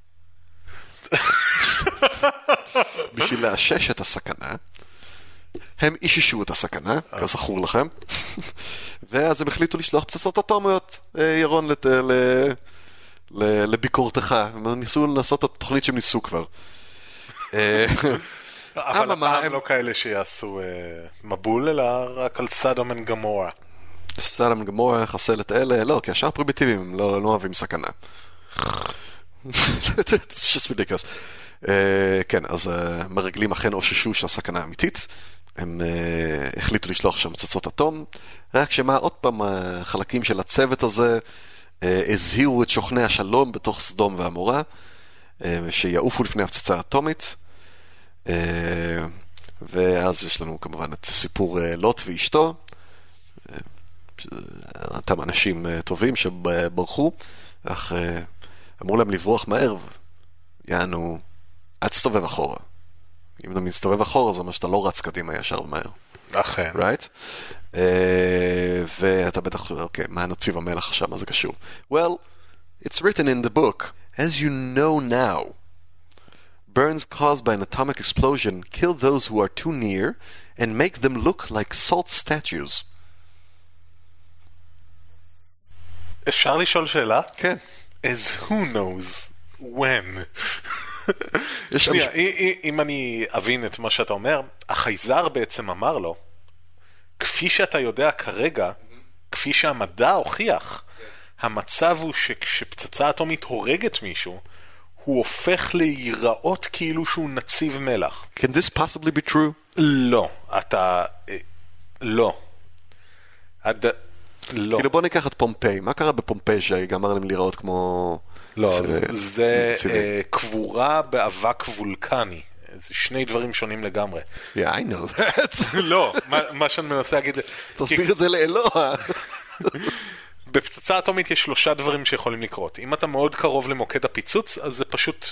בשביל לאשש את הסכנה. הם איששו את הסכנה, כזכור לכם. ואז הם החליטו לשלוח פצצות אטומיות, ירון, לביקורתך. הם ניסו לעשות את התוכנית שהם ניסו כבר. אבל הפעם לא כאלה שיעשו מבול, אלא רק על סדום וגמורה. סדום וגמורה יחסל את אלה, לא, כי השאר פרימיטיביים, הם לא אוהבים סכנה. It's just ridiculous. כן, אז מרגלים אכן אוששו שהסכנה אמיתית. הם החליטו לשלוח שם פצצות אטום, רק שמה עוד פעם החלקים של הצוות הזה הזהירו את שוכני השלום בתוך סדום ועמורה, שיעופו לפני הפצצה האטומית. ואז יש לנו כמובן את סיפור לוט ואשתו, אותם אנשים טובים שברחו, אך אמרו להם לברוח מהר, יענו, אל תסתובב אחורה. אם אתה מסתובב אחורה, זה אומר שאתה לא רץ קדימה ישר ומהר. אכן. Right? ואתה בטח, אוקיי, מה נציב המלח עכשיו, מה זה קשור? Well, it's written in the book, as you know now, burns caused by an atomic explosion kill those who are too near and make them look like salt statues. אפשר לשאול שאלה? כן. As who knows when? שנייה, אם אני אבין את מה שאתה אומר, החייזר בעצם אמר לו, כפי שאתה יודע כרגע, כפי שהמדע הוכיח, המצב הוא שכשפצצה אטומית הורגת מישהו, הוא הופך להיראות כאילו שהוא נציב מלח. Can this possibly be true? לא, לא. לא. כאילו בוא ניקח את פומפיי. מה קרה בפומפיי שגמר להם להיראות כמו... לא, זה קבורה באבק וולקני. זה שני דברים שונים לגמרי. Yeah, I know that. לא, מה שאני מנסה להגיד... תסביר את זה לאלוה. בפצצה אטומית יש 3 דברים שיכולים לקרות. אם אתה מאוד קרוב למוקד הפיצוץ, אז זה פשוט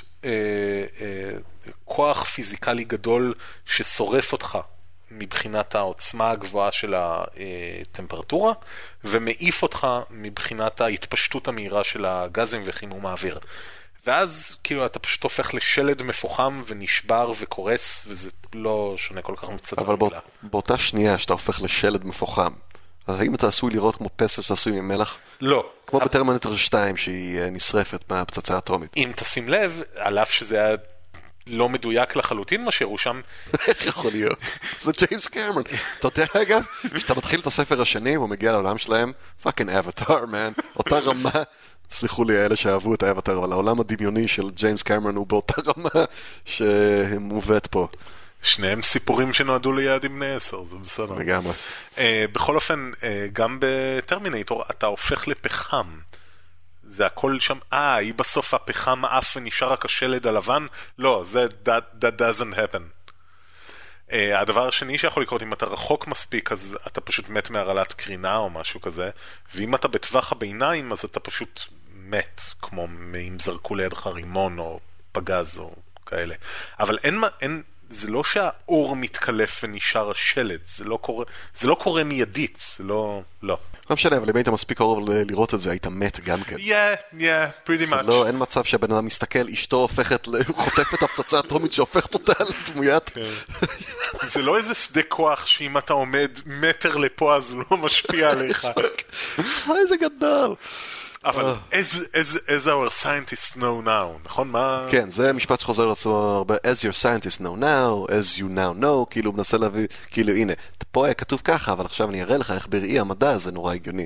כוח פיזיקלי גדול ששורף אותך מבחינת העוצמה הגבוהה של הטמפרטורה, ומעיף אותך מבחינת ההתפשטות המהירה של הגזים וחימום האוויר. ואז כאילו אתה פשוט הופך לשלד מפוחם ונשבר וקורס, וזה לא שונה כל כך מפצצה. אבל באותה שנייה שאתה הופך לשלד מפוחם, אז האם אתה עשוי לראות כמו פסל שעשוי ממלח? לא. כמו בטרמינטור 2 שהיא נשרפת מהפצצה האטומית. אם תשים לב, על אף שזה היה לא מדויק לחלוטין מה שהראו שם. איך יכול להיות? זה ג'יימס קמרון. אתה יודע אגב, כשאתה מתחיל את הספר השני והוא מגיע לעולם שלהם, fucking Avatar, man. אותה רמה, סליחו לי אלה שאהבו את האבטר, אבל העולם הדמיוני של ג'יימס קמרון הוא באותה רמה שמובאת פה. שניהם סיפורים שנועדו ליעדים בני 10, זה בסדר. לגמרי. בכל אופן, גם בטרמינטור אתה הופך לפחם. זה הכל שם, היא בסוף הפחם עף ונשאר רק השלד הלבן? לא, זה that doesn't happen. הדבר השני שיכול לקרות, אם אתה רחוק מספיק, אז אתה פשוט מת מהרעלת קרינה או משהו כזה, ואם אתה בטווח הביניים, אז אתה פשוט מת, כמו אם זרקו לידך רימון או פגז או כאלה. אבל אין זה לא שהאור מתקלף ונשאר השלד, זה לא קורה מיידית, זה לא. לא משנה, אבל אם היית מספיק קרוב לראות את זה, היית מת גם כן. pretty much. לא, אין מצב שהבן אדם מסתכל, אשתו הופכת, הוא חוטף את הפצצה האטומית שהופכת אותה לדמוית. זה לא איזה שדה כוח שאם אתה עומד מטר לפה אז הוא לא משפיע עליך. איזה גדול. אבל as our scientists know now, נכון? מה? כן, זה משפט שחוזר לעצמו הרבה, as your scientists know now, as you now know, כאילו הוא מנסה להביא, כאילו הנה, פה היה כתוב ככה, אבל עכשיו אני אראה לך איך בראי המדע זה נורא הגיוני.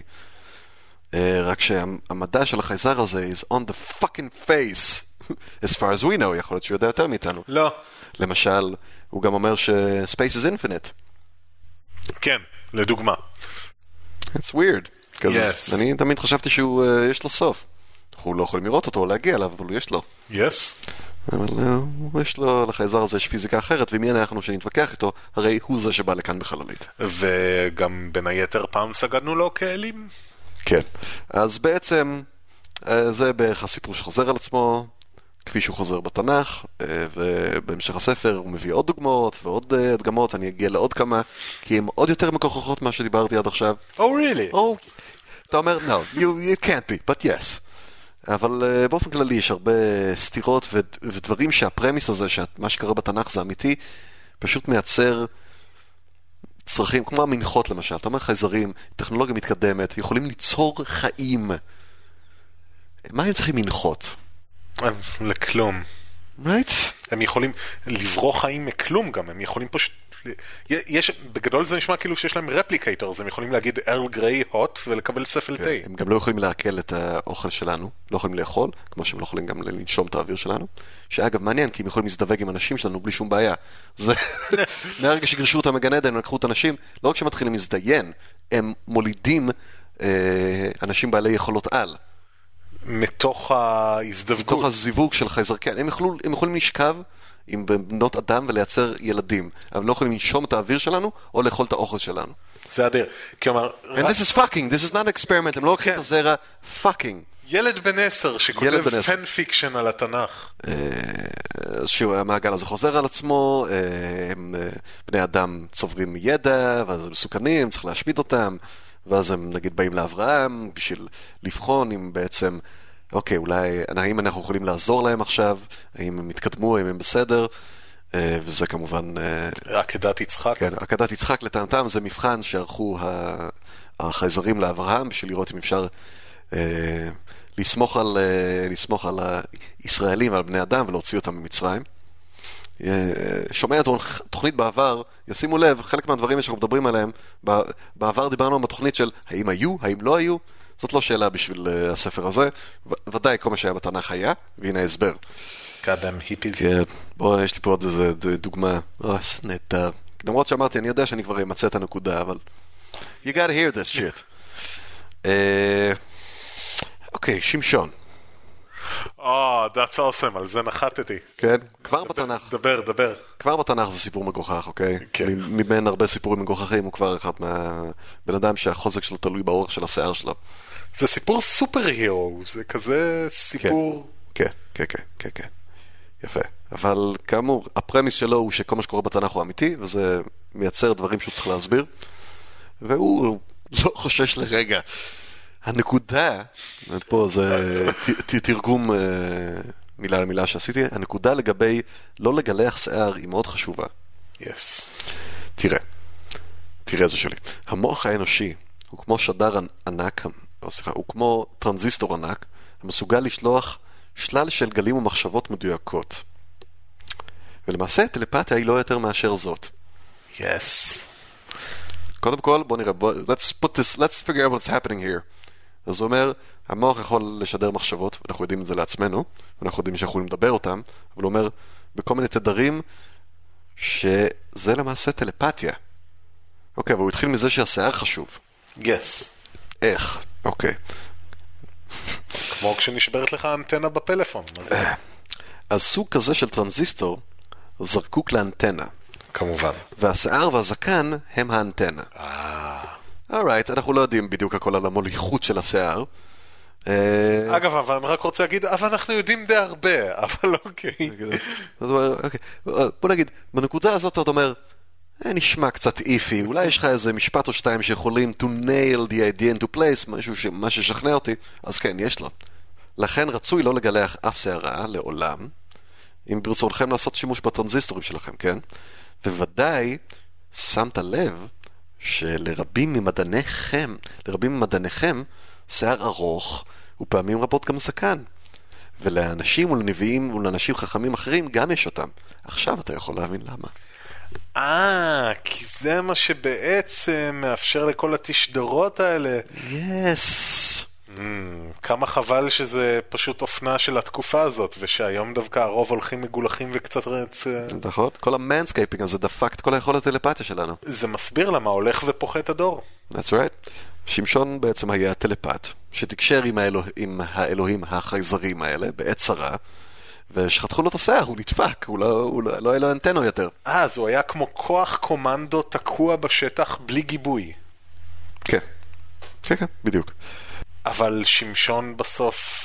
רק שהמדע של החייזר הזה is on the fucking face, as far as we know, יכול להיות שהוא יודע יותר מאיתנו. לא. למשל, הוא גם אומר ש-space is infinite. כן, לדוגמה. It's weird. Yes. אני תמיד חשבתי שהוא, יש לו סוף. אנחנו לא יכולים לראות אותו או להגיע אליו, אבל יש לו. Yes. אבל יש לו, לחייזר הזה יש פיזיקה אחרת, ומי אנחנו שנתווכח איתו, הרי הוא זה שבא לכאן בחללית. וגם בין היתר פעם סגדנו לו כאלים. כן. אז בעצם, זה בערך הסיפור שחוזר על עצמו, כפי שהוא חוזר בתנ"ך, ובהמשך הספר הוא מביא עוד דוגמאות ועוד הדגמות, אני אגיע לעוד כמה, כי הן עוד יותר מכוחכות מה שדיברתי עד עכשיו. Oh, really? אתה אומר, no, it can't be, but yes. אבל באופן כללי יש הרבה סתירות ודברים שהפרמיס הזה, שמה שקרה בתנ"ך זה אמיתי, פשוט מייצר צרכים, כמו המנחות למשל. אתה אומר חייזרים, טכנולוגיה מתקדמת, יכולים ליצור חיים. מה הם צריכים מנחות? לכלום. Right? הם יכולים לברוא חיים מכלום גם, הם יכולים פשוט... בגדול זה נשמע כאילו שיש להם רפליקייטורס, הם יכולים להגיד ארל גריי הוט ולקבל ספל תה. הם גם לא יכולים לעכל את האוכל שלנו, לא יכולים לאכול, כמו שהם לא יכולים גם לנשום את האוויר שלנו, שאגב מעניין, כי הם יכולים להזדווג עם אנשים שלנו בלי שום בעיה. זה מהרגע שגרשו אותם מגן עדן, הם לקחו את אנשים, לא רק שמתחילים להזדיין, הם מולידים אנשים בעלי יכולות על. מתוך ההזדווגות. מתוך הזיווג של חייזר, כן. הם יכולים לשכב עם בנות אדם ולייצר ילדים, אבל לא יכולים לנשום את האוויר שלנו או לאכול את האוכל שלנו. זה אדיר. כלומר... And this is fucking, this is not an experiment, הם לא לוקחים את הזרע, fucking. ילד בן 10 שכותב פן פיקשן על התנ"ך. שהמעגל הזה חוזר על עצמו, בני אדם צוברים ידע, ואז הם מסוכנים, צריך להשמיד אותם, ואז הם נגיד באים לאברהם בשביל לבחון אם בעצם, אוקיי, אולי, האם אנחנו יכולים לעזור להם עכשיו, האם הם התקדמו, האם הם בסדר, וזה כמובן... עקדת יצחק. כן, עקדת יצחק לטענתם זה מבחן שערכו החייזרים לאברהם, בשביל לראות אם אפשר לסמוך על הישראלים ועל בני אדם ולהוציא אותם ממצרים. שומע תוכנית בעבר, ישימו לב, חלק מהדברים שאנחנו מדברים עליהם, בעבר דיברנו על התוכנית של האם היו, האם לא היו, זאת לא שאלה בשביל הספר הזה, ודאי כל מה שהיה בתנ"ך היה, והנה ההסבר. קאדם היפיז. כן, בוא, יש לי פה עוד איזה דוגמה, נהדר. למרות שאמרתי, אני יודע שאני כבר אמצא את הנקודה, אבל you gotta hear this shit. אוקיי, שמשון. That's awesome, על זה נחתתי. כן, כבר בתנ"ך. דבר. כבר בתנ"ך זה סיפור מגוחך, אוקיי? כן. מבין הרבה סיפורים מגוחכים, הוא כבר אחד מהבן אדם שהחוזק שלו תלוי באורך של השיער שלו. זה סיפור סופר הירו, זה כזה סיפור... כן. יפה. אבל כאמור, הפרמיס שלו הוא שכל מה שקורה בתנ"ך הוא אמיתי, וזה מייצר דברים שהוא צריך להסביר, והוא לא חושש לרגע. הנקודה, פה זה תרגום מילה למילה שעשיתי, הנקודה לגבי לא לגלח שיער היא מאוד חשובה. Yes. תראה זה שלי. המוח האנושי הוא כמו שדר ענק, הוא כמו טרנזיסטור ענק, המסוגל לשלוח שלל של גלים ומחשבות מדויקות. ולמעשה טלפתיה היא לא יותר מאשר זאת. Yes. קודם כל, בוא נראה, let's figure out what's happening here. אז הוא אומר, המוח יכול לשדר מחשבות, ואנחנו יודעים את זה לעצמנו, ואנחנו יודעים שאנחנו יכולים לדבר אותם, אבל הוא אומר, בכל מיני תדרים, שזה למעשה טלפתיה. אוקיי, אבל הוא התחיל מזה שהשיער חשוב. Yes. איך? אוקיי. כמו כשנשברת לך האנטנה בפלאפון. אז סוג כזה של טרנזיסטור, זרקוק לאנטנה. כמובן. והשיער והזקן הם האנטנה. alright, אנחנו לא יודעים בדיוק הכל על המוליכות של השיער. אגב, אבל אני רק רוצה להגיד, אבל אנחנו יודעים די הרבה, אבל אוקיי. בוא נגיד, בנקודה הזאת אתה אומר, נשמע קצת איפי, אולי יש לך איזה משפט או שתיים שיכולים to nail the idea into place, מה ששכנע אותי, אז כן, יש לו. לכן רצוי לא לגלח אף שערה לעולם, אם ברצונכם לעשות שימוש בטרנזיסטורים שלכם, כן? וודאי שמת לב שלרבים ממדעניכם שיער ארוך ופעמים רבות גם זקן. ולאנשים ולנביאים ולאנשים חכמים אחרים גם יש אותם. עכשיו אתה יכול להבין למה. כי זה מה שבעצם מאפשר לכל התשדרות האלה. Yes. כמה חבל שזה פשוט אופנה של התקופה הזאת, ושהיום דווקא הרוב הולכים מגולחים וקצת נכון, כל המאנסקייפינג הזה דפק את כל היכולת טלפתיה שלנו. זה מסביר למה הולך ופוחת הדור. That's right. שמשון בעצם היה טלפת, שתקשר עם האלוהים החייזרים האלה בעת צרה, ושחתכו לו את השיער, הוא נדפק, הוא לא היה לו אנטנו יותר. אז הוא היה כמו כוח קומנדו תקוע בשטח בלי גיבוי. כן, כן, כן, בדיוק. אבל שמשון בסוף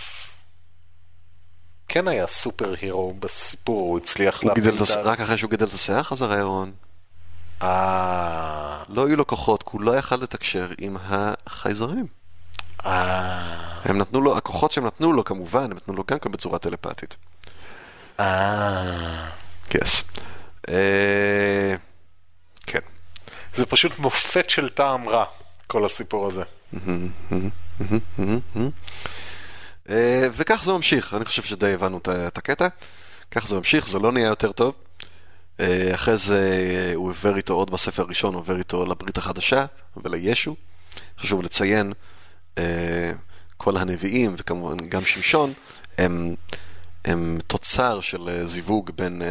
כן היה סופר הירו בסיפור, הוא הצליח להפיל רק אחרי שהוא גידל את השיער חזר האירון. לא היו לו כוחות, כי הוא לא יכל לתקשר עם החייזרים. הם נתנו לו, הכוחות שהם נתנו לו כמובן, הם נתנו לו גם כאן בצורה טלפתית. כן. כן. זה פשוט מופת של טעם רע, כל הסיפור הזה. וכך זה ממשיך, אני חושב שדי הבנו את הקטע. כך זה ממשיך, זה לא נהיה יותר טוב. אחרי זה הוא עובר איתו עוד בספר הראשון, הוא עובר איתו לברית החדשה ולישו. חשוב לציין, כל הנביאים וכמובן גם שמשון הם תוצר של זיווג בין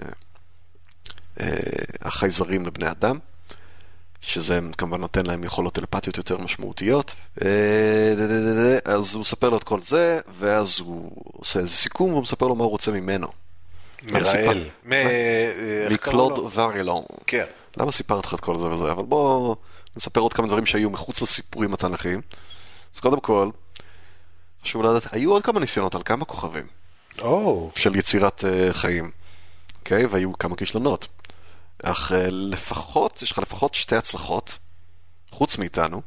החייזרים לבני אדם, שזה כמובן נותן להם יכולות טלפתיות יותר משמעותיות. אז הוא מספר לו את כל זה, ואז הוא עושה איזה סיכום, והוא מספר לו מה הוא רוצה ממנו. מראל. מקלוד ורילון. כן. למה סיפרת לך את כל זה וזה? אבל בוא נספר עוד כמה דברים שהיו מחוץ לסיפורים התנ"כיים. אז קודם כל, חשוב לדעת, היו עוד כמה ניסיונות על כמה כוכבים. של יצירת חיים. אוקיי? והיו כמה כישלונות. אך לפחות, יש לך לפחות 2 הצלחות, חוץ מאיתנו,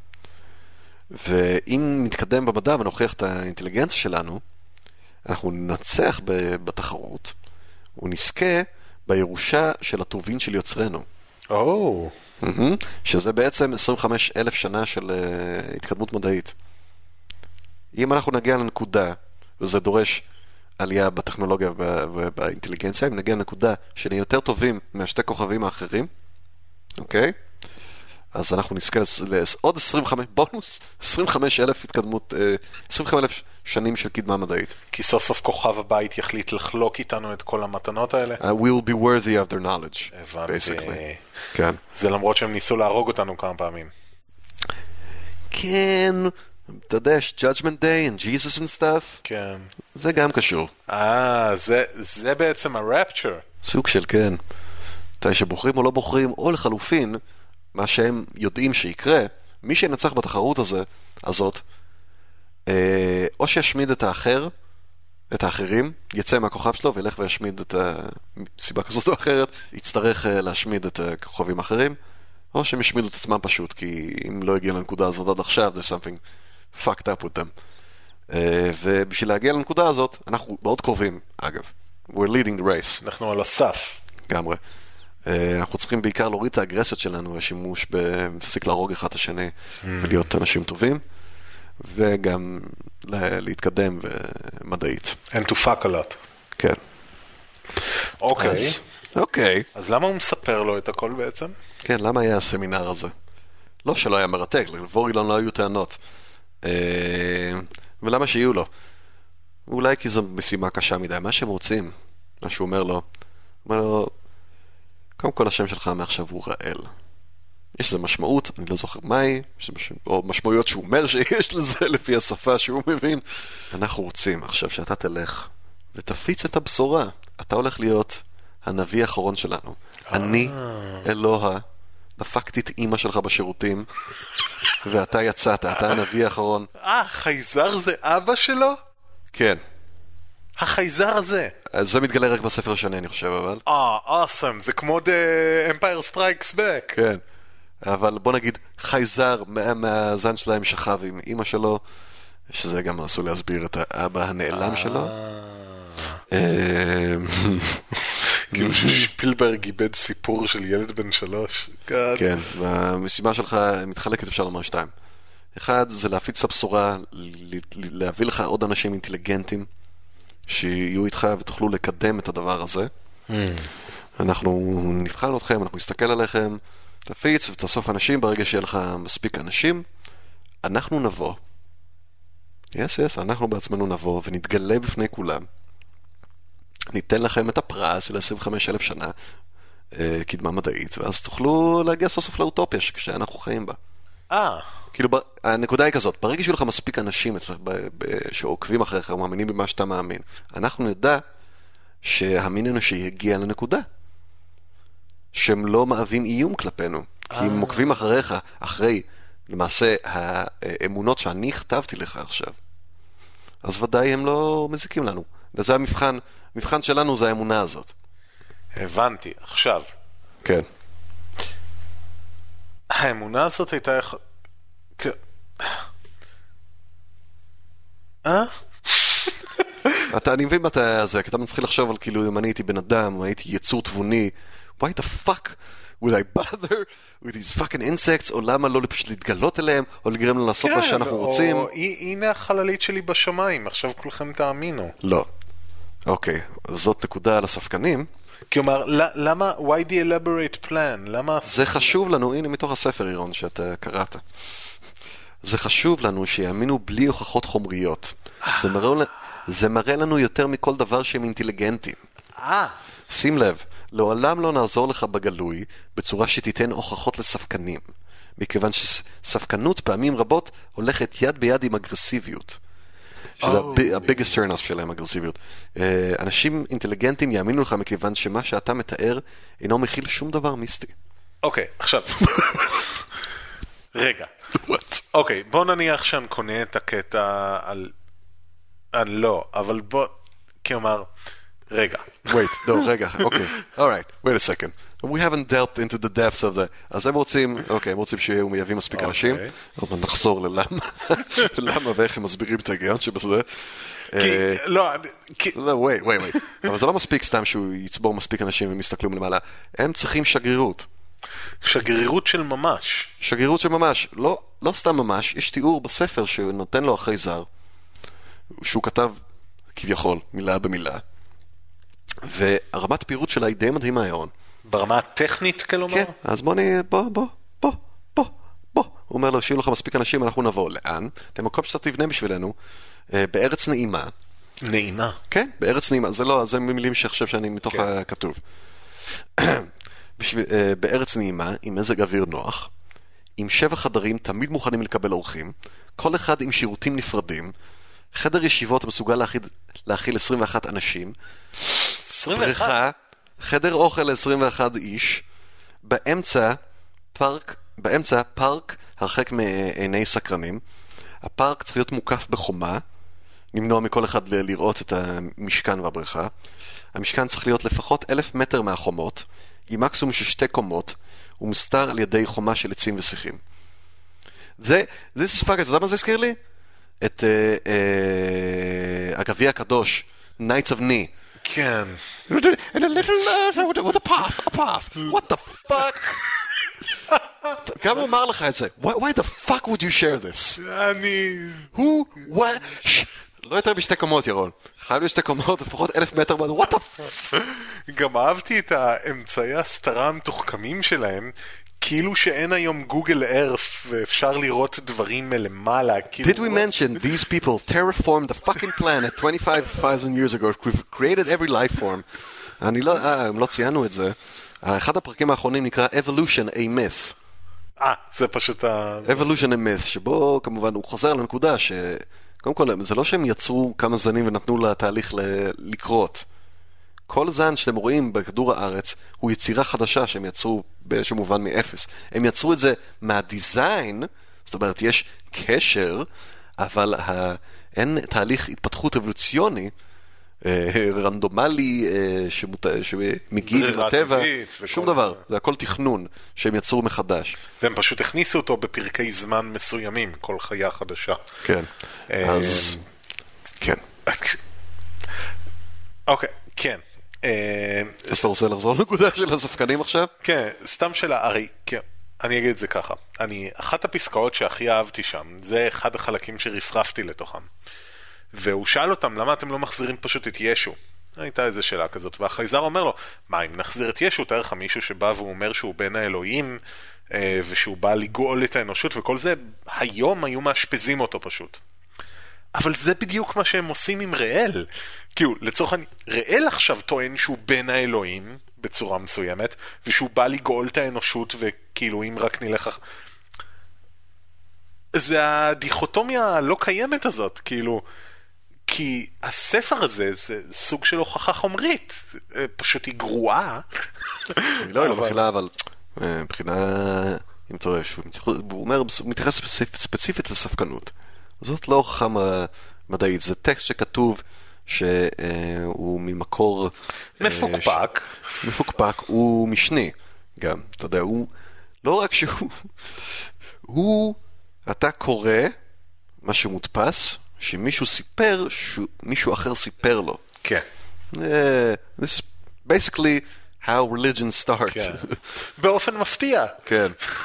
ואם נתקדם במדע ונוכיח את האינטליגנציה שלנו, אנחנו ננצח בתחרות, ונזכה בירושה של הטובין של יוצרנו. שזה בעצם 25,000 שנה של התקדמות מדעית. אם אנחנו נגיע לנקודה, וזה דורש עלייה בטכנולוגיה ובאינטליגנציה, אם נגיע לנקודה שנהיה יותר טובים מהשתי כוכבים האחרים, אוקיי? אז אנחנו נזכה לעוד 25, בונוס, 25,000 התקדמות, 25,000 שנים של קדמה מדעית. כי סוף סוף כוכב הבית יחליט לחלוק איתנו את כל המתנות האלה? We'll be worthy of their knowledge, basically. כן. זה למרות שהם ניסו להרוג אותנו כמה פעמים. כן, אתה יודע, יש Judgment Day and Jesus and stuff. כן. זה גם קשור. זה בעצם הרפצ'ר. סוג של כן. מתי שבוחרים או לא בוחרים, או לחלופין, מה שהם יודעים שיקרה, מי שינצח בתחרות הזאת, או שישמיד את האחר, את האחרים, יצא מהכוכב שלו וילך וישמיד את הסיבה כזאת או אחרת, יצטרך להשמיד את הכוכבים האחרים, או שהם ישמידו את עצמם פשוט, כי אם לא הגיע לנקודה הזאת עד עכשיו, there's something fucked up with them. ובשביל להגיע לנקודה הזאת, אנחנו מאוד קרובים, אגב. We're leading the race. אנחנו על הסף. גמרי. אנחנו צריכים בעיקר להוריד את האגרסיות שלנו, השימוש בפסיק להרוג אחד השני, ולהיות אנשים טובים, וגם להתקדם מדעית. And to fuck a lot. כן. אוקיי. אז למה הוא מספר לו את הכל בעצם? כן, למה היה הסמינר הזה? לא שלא היה מרתק, לוורילון לא היו טענות. ולמה שיהיו לו? אולי כי זו משימה קשה מדי. מה שהם רוצים, מה שהוא אומר לו, קודם כל השם שלך מעכשיו הוא ראל. יש לזה משמעות, אני לא זוכר מהי, או משמעויות שהוא אומר שיש לזה לפי השפה שהוא מבין. אנחנו רוצים עכשיו שאתה תלך ותפיץ את הבשורה. אתה הולך להיות הנביא האחרון שלנו. אני, אלוה, דפקתי את אמא שלך בשירותים, ואתה יצאת, אתה הנביא האחרון. חייזר זה אבא שלו? כן. החייזר הזה. זה מתגלה רק בספר השני, אני חושב, אבל. awesome. זה כמו The Empire Strikes Back. כן. אבל בוא נגיד, חייזר מהזן שלהם שכב עם אמא שלו, שזה גם עשו להסביר את האבא הנעלם שלו. כאילו ששפילברג איבד סיפור של ילד בן 3. כן, והמשימה שלך מתחלקת, אפשר לומר 2. אחד, זה להפיץ את הבשורה, להביא לך עוד אנשים אינטליגנטים, שיהיו איתך ותוכלו לקדם את הדבר הזה. אנחנו נבחן אתכם, אנחנו נסתכל עליכם, תפיץ ותאסוף אנשים, ברגע שיהיה לך מספיק אנשים, אנחנו נבוא. yes, אנחנו בעצמנו נבוא ונתגלה בפני כולם. ניתן לכם את הפרס של 25,000 שנה קדמה מדעית, ואז תוכלו להגיע סוף סוף לאוטופיה שאנחנו חיים בה. כאילו, הנקודה היא כזאת, ברגע שיהיו לך מספיק אנשים שעוקבים אחריך ומאמינים במה שאתה מאמין, אנחנו נדע שהמין האנושי יגיע לנקודה שהם לא מהווים איום כלפינו, כי הם עוקבים אחריך, אחרי למעשה האמונות שאני כתבתי לך עכשיו, אז ודאי הם לא מזיקים לנו. וזה המבחן שלנו, זה האמונה הזאת. הבנתי, עכשיו. כן. האמונה הזאת הייתה... אני מבין מה אתה זה, כי אתה מתחיל לחשוב על כאילו אם אני הייתי בן אדם, או הייתי יצור תבוני, why the fuck would I bother with these fucking insects, או למה לא פשוט להתגלות אליהם, או לגרם לנו לעשות מה שאנחנו רוצים. או הנה החללית שלי בשמיים, עכשיו כולכם תאמינו. לא. אוקיי, זאת נקודה על הספקנים. כלומר, למה, why the elaborate plan? למה... זה חשוב לנו, הנה מתוך הספר אירון שאתה קראת. זה חשוב לנו שיאמינו בלי הוכחות חומריות. זה מראה לנו יותר מכל דבר שהם אינטליגנטים. שים לב, לעולם לא נעזור לך בגלוי בצורה שתיתן הוכחות לספקנים, מכיוון שספקנות פעמים רבות הולכת יד ביד עם אגרסיביות. שזה ה-biggest turn off שלהם, אגרסיביות. אנשים אינטליגנטים יאמינו לך מכיוון שמה שאתה מתאר אינו מכיל שום דבר מיסטי. אוקיי, עכשיו. רגע. אוקיי, בוא נניח שאני קונה את הקטע על... לא, אבל בוא... כלומר... רגע. Wait, no, רגע, אוקיי. Alright, wait a second. We haven't delved into the depths of that. אז הם רוצים, אוקיי, הם רוצים שיהיו מייבים מספיק אנשים. אבל נחזור ללמה. למה ואיך הם מסבירים את ההיגיון שבזה. לא, wait. אבל זה לא מספיק סתם שהוא יצבור מספיק אנשים והם יסתכלו מלמעלה. הם צריכים שגרירות. שגרירות של ממש. שגרירות של ממש. לא סתם ממש. יש תיאור בספר שנותן לו אחרי זר. שהוא כתב כביכול מילה במילה. והרמת פירוט שלה היא די מדהימה היום. ברמה הטכנית כלומר? כן, אז בוא. הוא אומר לו, שיהיו לך מספיק אנשים, אנחנו נבוא. לאן? למקום שאתה תבנה בשבילנו, בארץ נעימה. נעימה? כן, בארץ נעימה. זה מילים שחושב שאני מתוך הכתוב. בארץ נעימה, עם מזג אוויר נוח, עם 7 חדרים תמיד מוכנים לקבל אורחים, כל אחד עם שירותים נפרדים, חדר ישיבות מסוגל להכיל 21 אנשים, 21? בריכה, חדר אוכל ל-21 איש, באמצע פארק הרחק מעיני סקרנים. הפארק צריך להיות מוקף בחומה, למנוע מכל אחד לראות את המשכן והבריכה. המשכן צריך להיות לפחות 1,000 מטר מהחומות, עם מקסימום של 2 קומות, ומוסתר על ידי חומה של עצים ושיחים. זה ספק, אתה יודע מה זה הזכיר לי? את הגביע הקדוש, Knights of Ni. כן. And a little with a puff. What the fuck? גם אמר לך את זה. Why the fuck would you share this? what? לא יותר ב2 קומות, ירון. חייב ב2 קומות, לפחות 1,000 מטר. What the fuck? גם אהבתי את האמצעי הסתרה המתוחכמים שלהם, כאילו שאין היום גוגל ארף ואפשר לראות דברים מלמעלה. Did we mention these people terraformed the fucking planet 25,000 years ago, created every life form? הם לא ציינו את זה. אחד הפרקים האחרונים נקרא Evolution, a Myth. זה פשוט Evolution, a Myth, שבו כמובן הוא חוזר לנקודה שקודם כל זה לא שהם יצרו כמה זנים ונתנו לתהליך לקרות. כל זן שאתם רואים בכדור הארץ הוא יצירה חדשה שהם יצרו באיזשהו מובן מאפס. הם יצרו את זה מהדיזיין, זאת אומרת יש קשר, אבל אין תהליך התפתחות אבולוציוני, רנדומלי שמגיב לטבע, שום דבר, זה הכל תכנון שהם יצרו מחדש. והם פשוט הכניסו אותו בפרקי זמן מסוימים, כל חיה חדשה. כן, אז כן. אוקיי, כן. אז אתה רוצה לחזור לנקודה של הספקנים עכשיו? כן, סתם שאלה, הרי, כן, אני אגיד את זה ככה, אחת הפסקאות שהכי אהבתי שם, זה אחד החלקים שרפרפתי לתוכם, והוא שאל אותם, למה אתם לא מחזירים פשוט את ישו? הייתה איזו שאלה כזאת, והחייזר אומר לו, מה אם נחזיר את ישו, תאר לך מישהו שבא והוא אומר שהוא בן האלוהים, ושהוא בא לגאול את האנושות וכל זה, היום היו מאשפזים אותו פשוט. אבל זה בדיוק מה שהם עושים עם ראל. כאילו, לצורך העניין, ראל עכשיו טוען שהוא בן האלוהים בצורה מסוימת, ושהוא בא לגאול את האנושות, וכאילו אם רק נלך... זה הדיכוטומיה הלא קיימת הזאת, כאילו... כי הספר הזה זה סוג של הוכחה חומרית, פשוט היא גרועה. היא לא מכילה, אבל מבחינה, אם אתה רואה, הוא אומר, הוא מתייחס ספציפית לספקנות. זאת לא הוכחה מדעית, זה טקסט שכתוב שהוא ממקור... מפוקפק. מפוקפק, הוא משני גם, אתה יודע, הוא לא רק שהוא, אתה קורא מה שמודפס, שמישהו סיפר, מישהו אחר סיפר לו. כן. This is basically how religion starts. כן. באופן מפתיע. כן.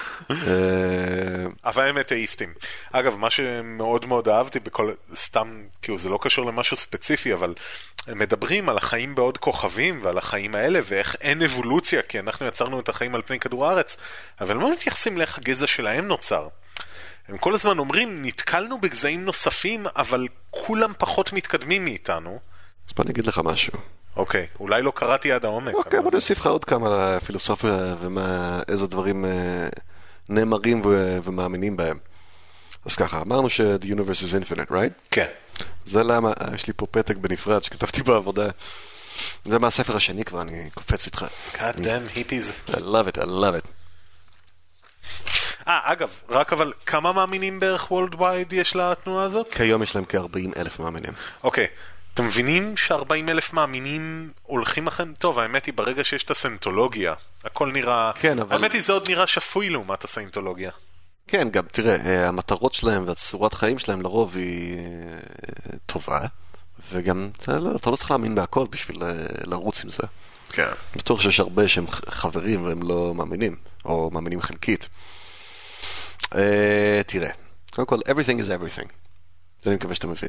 אבל הם אתאיסטים. אגב, מה שמאוד מאוד אהבתי בכל, סתם, כאילו זה לא קשור למשהו ספציפי, אבל הם מדברים על החיים בעוד כוכבים ועל החיים האלה, ואיך אין אבולוציה, כי אנחנו יצרנו את החיים על פני כדור הארץ, אבל לא מתייחסים לאיך הגזע שלהם נוצר. הם כל הזמן אומרים, נתקלנו בגזעים נוספים, אבל כולם פחות מתקדמים מאיתנו. אז בוא נגיד לך משהו. אוקיי, אולי לא קראתי עד העומק. אוקיי, בוא נוסיף לך עוד כמה על הפילוסופיה ואיזה דברים נאמרים ומאמינים בהם. אז ככה, אמרנו ש-the universe is infinite, right? כן. זה למה, יש לי פה פתק בנפרד שכתבתי בעבודה. זה מהספר השני כבר, אני קופץ איתך. God damn hippies. I love it, I love it. אגב, רק אבל כמה מאמינים בערך Worldwide יש לתנועה הזאת? כיום יש להם כ-40,000 מאמינים. אוקיי, אתם מבינים ש-40,000 מאמינים הולכים לכם? טוב, האמת היא ברגע שיש את הסיינטולוגיה, הכל נראה... כן, אבל... האמת היא זה עוד נראה שפוי לעומת הסיינטולוגיה. כן, גם תראה, המטרות שלהם והצורת חיים שלהם לרוב היא טובה, וגם אתה לא צריך להאמין בהכל בשביל לרוץ עם זה. כן. בטוח שיש הרבה שהם חברים והם לא מאמינים, או מאמינים חלקית. תראה, קודם כל, everything is everything. זה אני מקווה שאתה מבין.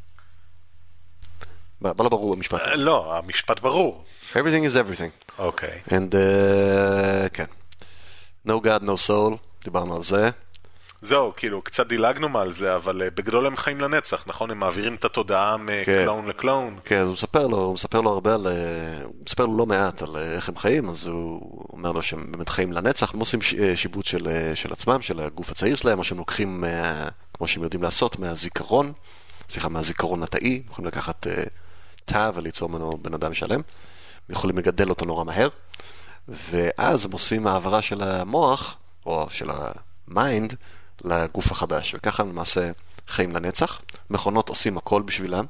מה לא ברור המשפט? לא, המשפט ברור. Everything is everything. אוקיי. And, כן. No God, no soul, דיברנו על זה. זהו, כאילו, קצת דילגנו מעל זה, אבל בגדול הם חיים לנצח, נכון? הם מעבירים את התודעה מקלון לקלון. כן, הוא מספר לו הרבה על... הוא מספר לו לא מעט על איך הם חיים, אז הוא אומר לו שהם באמת חיים לנצח, הם עושים שיבוט של עצמם, של הגוף הצעיר שלהם, או שהם לוקחים, כמו שהם יודעים לעשות, מהזיכרון, מהזיכרון התאי, יכולים לקחת תא וליצור ממנו בן אדם שלם, יכולים לגדל אותו נורא מהר, ואז הם עושים העברה של המוח, או של המיינד, לגוף החדש, וככה למעשה חיים לנצח. מכונות עושים הכל בשבילם,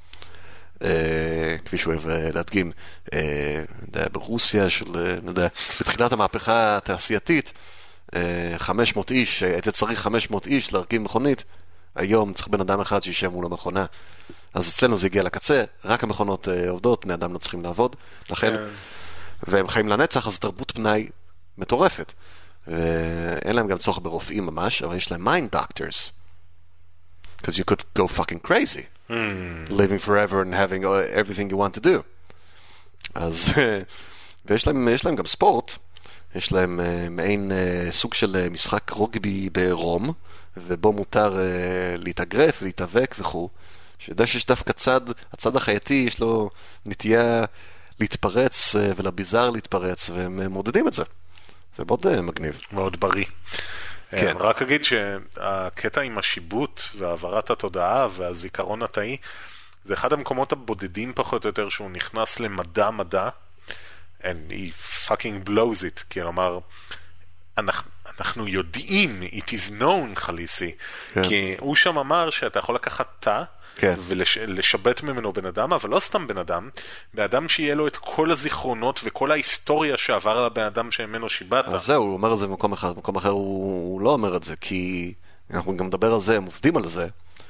כפי שהוא אוהב להדגים, ברוסיה בתחילת המהפכה התעשייתית, 500 איש, היית צריך 500 איש להרכיב מכונית, היום צריך בן אדם אחד שישב מול המכונה, אז אצלנו זה הגיע לקצה, רק המכונות עובדות, בני אדם לא צריכים לעבוד, לכן, והם חיים לנצח, אז תרבות פנאי מטורפת. ואין להם גם צורך ברופאים ממש, אבל יש להם mind doctors. Because you could go fucking crazy. Living forever and having everything you want to do. אז, ויש להם גם ספורט, יש להם מעין סוג של משחק רוגבי ברום, ובו מותר להתאגרף ולהתאבק וכו'. שידע שיש דווקא הצד החייתי, יש לו נטייה להתפרץ ולביזר להתפרץ, והם מודדים את זה. זה מאוד מגניב. מאוד בריא. כן. רק אגיד שהקטע עם השיבוט והעברת התודעה והזיכרון התאי, זה אחד המקומות הבודדים פחות או יותר שהוא נכנס למדע, and he fucking blows it, כלומר, אנחנו יודעים, it is known חליסי, כן. כי הוא שם אמר שאתה יכול לקחת תא, כן. ולשבת ממנו בן אדם, אבל לא סתם בן אדם שיהיה לו את כל הזיכרונות וכל ההיסטוריה שעבר על הבן אדם שממנו שיבט. אז זהו, הוא אומר את זה במקום אחר הוא לא אומר את זה, כי אנחנו גם נדבר על זה, הם עובדים על זה,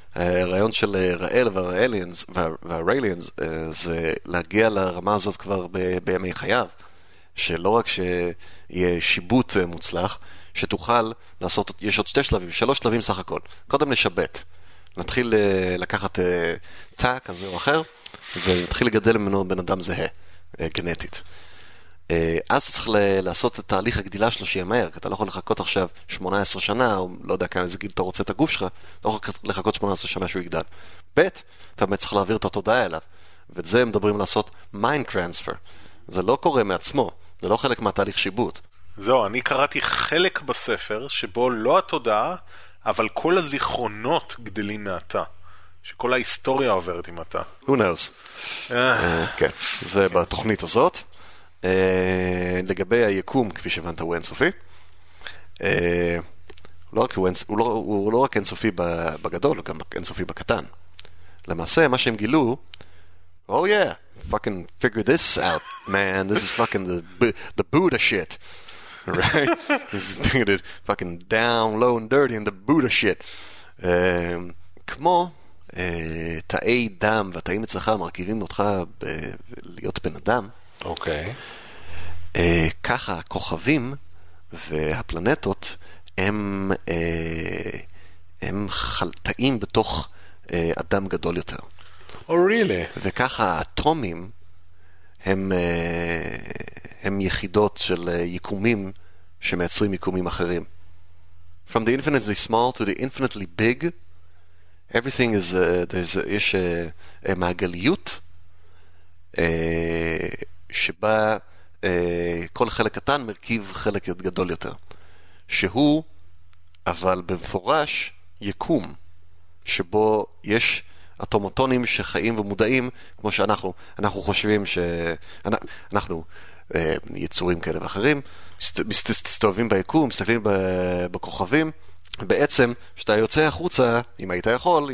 הרעיון של ראל והרייליאנס זה להגיע לרמה הזאת כבר בימי חייו, שלא רק שיהיה שיבוט מוצלח, שתוכל לעשות, יש עוד 3 שלבים סך הכל. קודם לשבת, נתחיל לקחת תא כזה או אחר, ונתחיל לגדל ממנו בן אדם זהה, גנטית. אז אתה צריך לעשות את תהליך הגדילה שלו שיהיה מהר, כי אתה לא יכול לחכות עכשיו 18 שנה, או לא יודע כמה איזה גיל אתה רוצה את הגוף שלך, לא יכול לחכות 18 שנה שהוא יגדל. אתה באמת צריך להעביר את התודעה אליו, ואת זה הם מדברים לעשות mind transfer. זה לא קורה מעצמו, זה לא חלק מהתהליך שיבוט. זהו, אני קראתי חלק בספר שבו לא התודעה, אבל כל הזיכרונות גדלים מעתה. שכל ההיסטוריה עוברת עם עתה. Who knows? כן, זה בתוכנית הזאת. לגבי היקום, כפי שהבנת, הוא אינסופי. הוא לא רק אינסופי בגדול, הוא גם אינסופי בקטן. למעשה, מה שהם גילו, oh yeah, fucking figure this out, man. This is fucking the Buddha shit. Right? This is the fucking down, low and dirty and the Buddha shit. כמו תאי דם והתאים אצלך מרכיבים אותך להיות בן אדם. אוקיי. ככה הכוכבים והפלנטות הם תאים בתוך אדם גדול יותר. Oh really? וככה האטומים הם יחידות של יקומים שמייצרים יקומים אחרים. From the infinitely small to the infinitely big, everything is, יש מעגליות שבה כל חלק קטן מרכיב חלק גדול יותר. שהוא, אבל במפורש, יקום, שבו יש אטומוטונים שחיים ומודעים, כמו שאנחנו חושבים שאנחנו יצורים כאלה ואחרים, מסתובבים ביקום, מסתכלים בכוכבים, בעצם, כשאתה יוצא החוצה, אם היית יכול,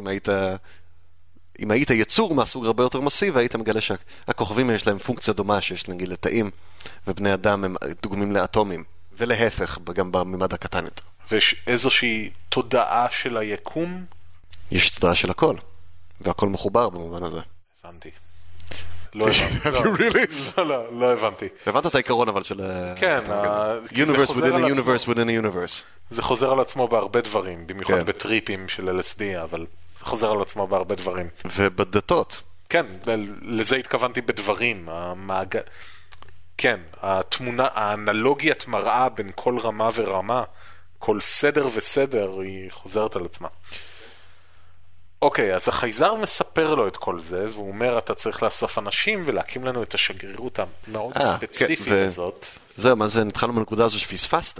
אם היית יצור מהסוג הרבה יותר מסיבי, היית מגלה שהכוכבים יש להם פונקציה דומה, שיש נגיד לתאים, ובני אדם הם דוגמים לאטומים, ולהפך, גם בממד הקטן יותר. ויש איזושהי תודעה של היקום? יש תודעה של הכל, והכל מחובר במובן הזה. הבנתי. לא הבנתי. לא הבנתי. הבנת את העיקרון אבל של... כן. universe within a universe within a universe. זה חוזר על עצמו בהרבה דברים, במיוחד בטריפים של LSD, אבל זה חוזר על עצמו בהרבה דברים. ובדתות. כן, לזה התכוונתי בדברים. כן, התמונה, האנלוגיית מראה בין כל רמה ורמה, כל סדר וסדר, היא חוזרת על עצמה. אוקיי, אז החייזר מספר לו את כל זה, והוא אומר, אתה צריך לאסוף אנשים ולהקים לנו את השגרירות המאוד ספציפית הזאת. זהו, מה זה, נתחלנו בנקודה הזו שפספסת.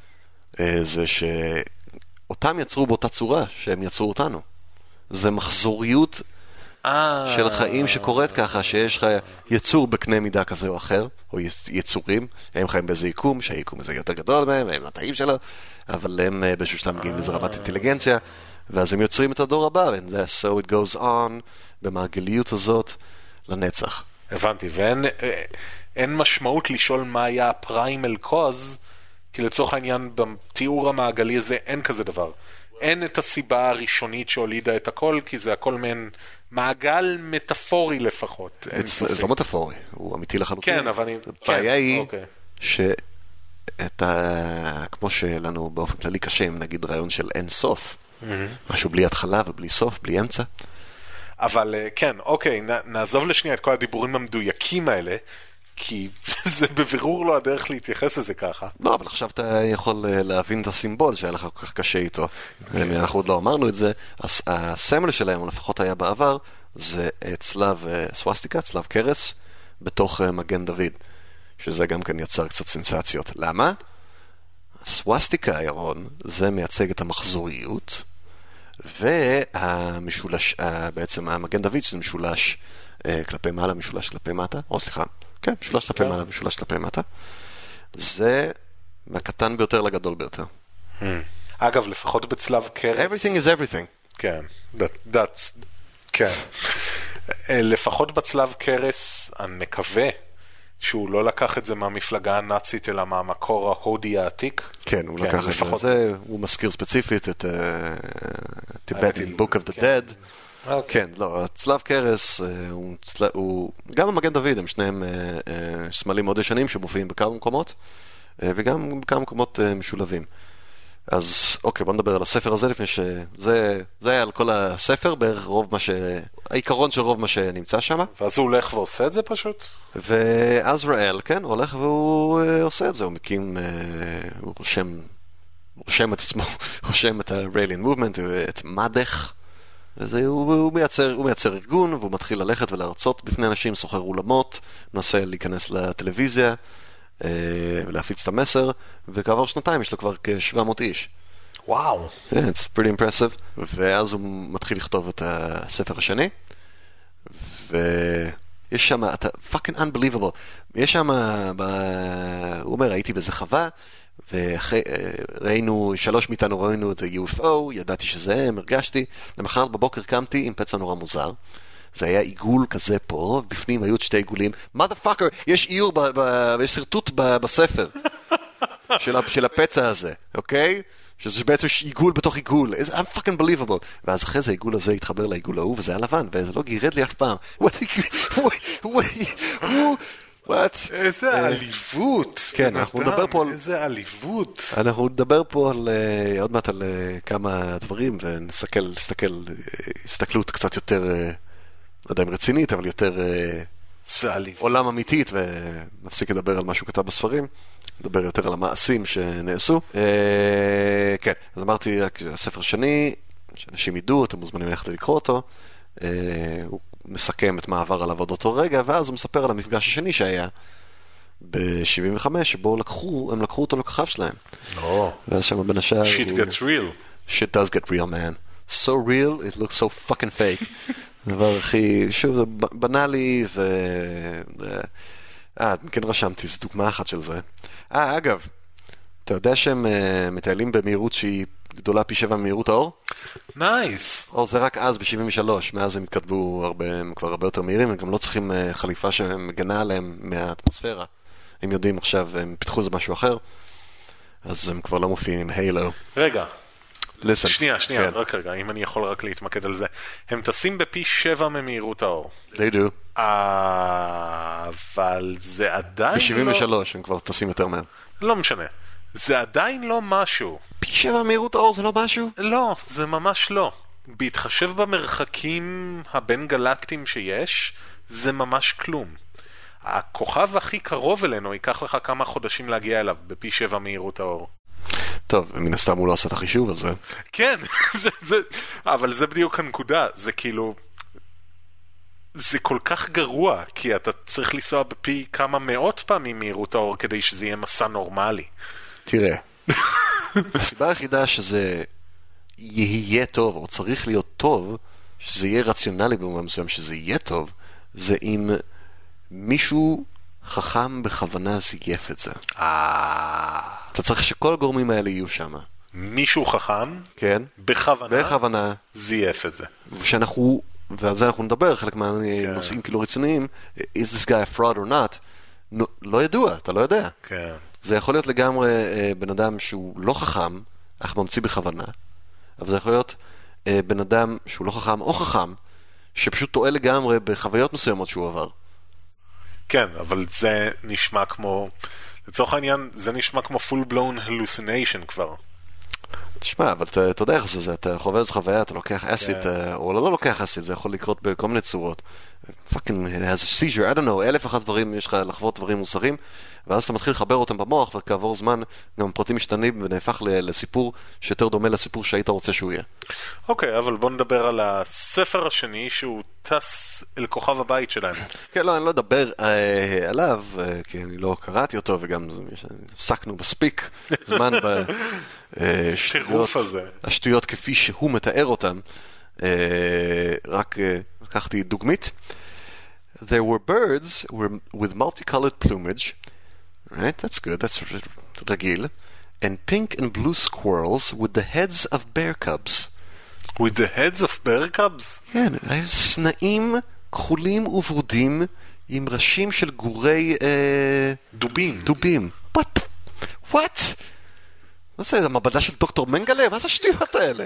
זה שאותם יצרו באותה צורה שהם יצרו אותנו. זה מחזוריות של חיים שקורית ככה, שיש לך יצור בקנה מידה כזה או אחר, או יצורים, הם חיים באיזה יקום, שהיקום הזה יותר גדול מהם, הם התאים שלו, אבל הם באיזשהו שלב מגיעים לזה רמת אינטליגנציה, ואז הם יוצרים את הדור הבא, so it goes on במעגליות הזאת לנצח. הבנתי, ואין משמעות לשאול מה היה הפריימל קוז, כי לצורך העניין בתיאור המעגלי הזה אין כזה דבר. אין את הסיבה הראשונית שהולידה את הכל, כי זה הכל מעין מעגל מטאפורי לפחות. זה לא מטאפורי, הוא אמיתי לחלוטין. כן, אבל הבעיה היא כמו שלנו באופן כללי קשה, אם נגיד רעיון של אין סוף, משהו בלי התחלה ובלי סוף, בלי אמצע. אבל כן, אוקיי, נעזוב לשנייה את כל הדיבורים המדויקים האלה, כי זה בבירור לא הדרך להתייחס לזה ככה. לא, אבל עכשיו אתה יכול להבין את הסימבול שהיה לך כל כך קשה איתו. אנחנו עוד לא אמרנו את זה. הסמל שלהם, או לפחות היה בעבר, זה צלב סווסטיקה, צלב קרס, בתוך מגן דוד. שזה גם כן יצר קצת סנסציות. למה? הסווסטיקה, ירון, זה מייצג את המחזוריות, והמשולש, בעצם המגן דוד, שזה משולש כלפי מעלה, משולש כלפי מטה, או סליחה, כן, משולש כלפי מעלה, משולש כלפי מטה, זה מהקטן ביותר לגדול ביותר. אגב, לפחות בצלב קרס... Everything is everything. כן, כן. לפחות בצלב קרס, אני מקווה שהוא לא לקח את זה מהמפלגה הנאצית, אלא מהמקור ההודי העתיק. כן, הוא לקח את זה, הוא מזכיר ספציפית את Tibetan Book of the Dead. כן, לא, הצלב קרס, גם המגן דוד, הם שניהם סמלים מאוד ישנים שמופיעים בכמה מקומות, וגם בכמה מקומות משולבים. אז אוקיי, בוא נדבר על הספר הזה לפני זה היה על כל הספר, בערך העיקרון של רוב מה שנמצא שם. ואז הוא הולך ועושה את זה פשוט? ועזראל, כן, הוא הולך והוא עושה את זה, הוא מקים, הוא רושם את עצמו, רושם את ה-Raelian Movement, את מדך, הוא מייצר ארגון, והוא מתחיל ללכת ולהרצות בפני אנשים, סוחר אולמות, מנסה להיכנס לטלוויזיה, ולהפיץ את המסר, וכעבור שנתיים יש לו כבר כ-700 איש. וואו. Yeah, it's pretty impressive. ואז הוא מתחיל לכתוב את הספר השני, ויש שם, אתה fucking unbelievable, יש שם, הוא אומר, הייתי באיזה חווה, וראינו, 3 מאיתנו ראינו את ה-UFO, ידעתי שזה הם, הרגשתי, למחרת בבוקר קמתי עם פצע נורא מוזר, זה היה עיגול כזה פה, בפנים היו 2 עיגולים, motherfucker, יש איור, יש שרטוט בספר של הפצע הזה, אוקיי? שזה בעצם עיגול בתוך עיגול, I'm fucking believable. ואז אחרי זה העיגול הזה התחבר לעיגול ההוא, וזה היה לבן, וזה לא גירד לי אף פעם. איזה עליבות. כן, אנחנו נדבר פה על... איזה עליבות. אנחנו נדבר פה על עוד מעט על כמה דברים, ונסתכל הסתכלות קצת יותר, לא יודע אם רצינית, אבל יותר עולם אמיתית, ונפסיק לדבר על מה שהוא כתב בספרים, נדבר יותר על המעשים שנעשו. כן, אז אמרתי רק הספר השני, שאנשים ידעו, אתם מוזמנים ללכת לקרוא אותו, הוא מסכם את מה עבר עליו עוד אותו רגע, ואז הוא מספר על המפגש השני שהיה ב-75, שבו הם לקחו אותו לכוכב שלהם. ואז שם בין השאר... Shit gets real. Shit does get real, man. So real, it looks so fucking fake. דבר הכי... שוב, זה בנאלי, כן רשמתי, זו דוגמה אחת של זה. אגב, אתה יודע שהם מטיילים במהירות שהיא גדולה פי 7 ממהירות האור? נייס. או זה רק אז ב-73, מאז הם התקדמו הם כבר הרבה יותר מהירים, הם גם לא צריכים חליפה שמגנה עליהם מהאטמוספירה. הם יודעים עכשיו, הם פיתחו זה משהו אחר, אז הם כבר לא מופיעים עם הילו. רגע. Listen. שנייה, רק רגע, אם אני יכול רק להתמקד על זה. הם טסים בפי 7 ממהירות האור. They do. אבל זה עדיין ב-73 הם כבר טסים יותר מהר. לא משנה. זה עדיין לא משהו. פי 7 מהירות האור זה לא משהו? לא, זה ממש לא. בהתחשב במרחקים הבין גלקטיים שיש, זה ממש כלום. הכוכב הכי קרוב אלינו ייקח לך כמה חודשים להגיע אליו בפי 7 מהירות האור. טוב, מן הסתם הוא לא עשה את החישוב הזה. כן, אבל זה בדיוק הנקודה. זה כאילו... זה כל כך גרוע, כי אתה צריך לנסוע בפי כמה מאות פעמים מהירות האור כדי שזה יהיה מסע נורמלי. תראה, הסיבה היחידה שזה יהיה טוב, או צריך להיות טוב, שזה יהיה רציונלי במובן מסוים שזה יהיה טוב, זה אם מישהו חכם בכוונה זייף את זה. אתה צריך שכל הגורמים האלה יהיו שם. מישהו חכם? כן. בכוונה זייף את זה. ושאנחנו, ועל זה אנחנו נדבר, חלק מהנושאים כאילו רציניים, is this guy a fraud or not? לא ידוע, אתה לא יודע. כן. זה יכול להיות לגמרי בן אדם שהוא לא חכם, אך ממציא בכוונה, אבל זה יכול להיות בן אדם שהוא לא חכם או חכם, שפשוט טועה לגמרי בחוויות מסוימות שהוא עבר. כן, אבל זה נשמע כמו, לצורך העניין, זה נשמע כמו full blown hallucination כבר. תשמע, אבל אתה יודע איך זה, אתה חווה איזו חוויה, אתה לוקח אסיד, או לא לוקח אסיד, זה יכול לקרות בכל מיני צורות. fucking has a seizure, I don't know, 1001 דברים, יש לך לחוות דברים מוסריים, ואז אתה מתחיל לחבר אותם במוח, וכעבור זמן גם פרטים משתנים, ונהפך לסיפור שיותר דומה לסיפור שהיית רוצה שהוא יהיה. אוקיי, אבל בוא נדבר על הספר השני, שהוא טס אל כוכב הבית שלהם. כן, לא, אני לא אדבר עליו, כי אני לא קראתי אותו, וגם עסקנו בספיק זמן טירוף הזה. השטויות כפי שהוא מתאר אותם. רק לקחתי דוגמית. There were birds with multicolored plumage, right? That's good, that's רגיל. And pink and blue squirrels with the heads of bear cubs. With the heads of bear cubs? כן, היו סנאים כחולים וברודים עם ראשים של גורי דובים. What? מה זה, המעבדה של דוקטור מנגלה? מה זה השטויות האלה?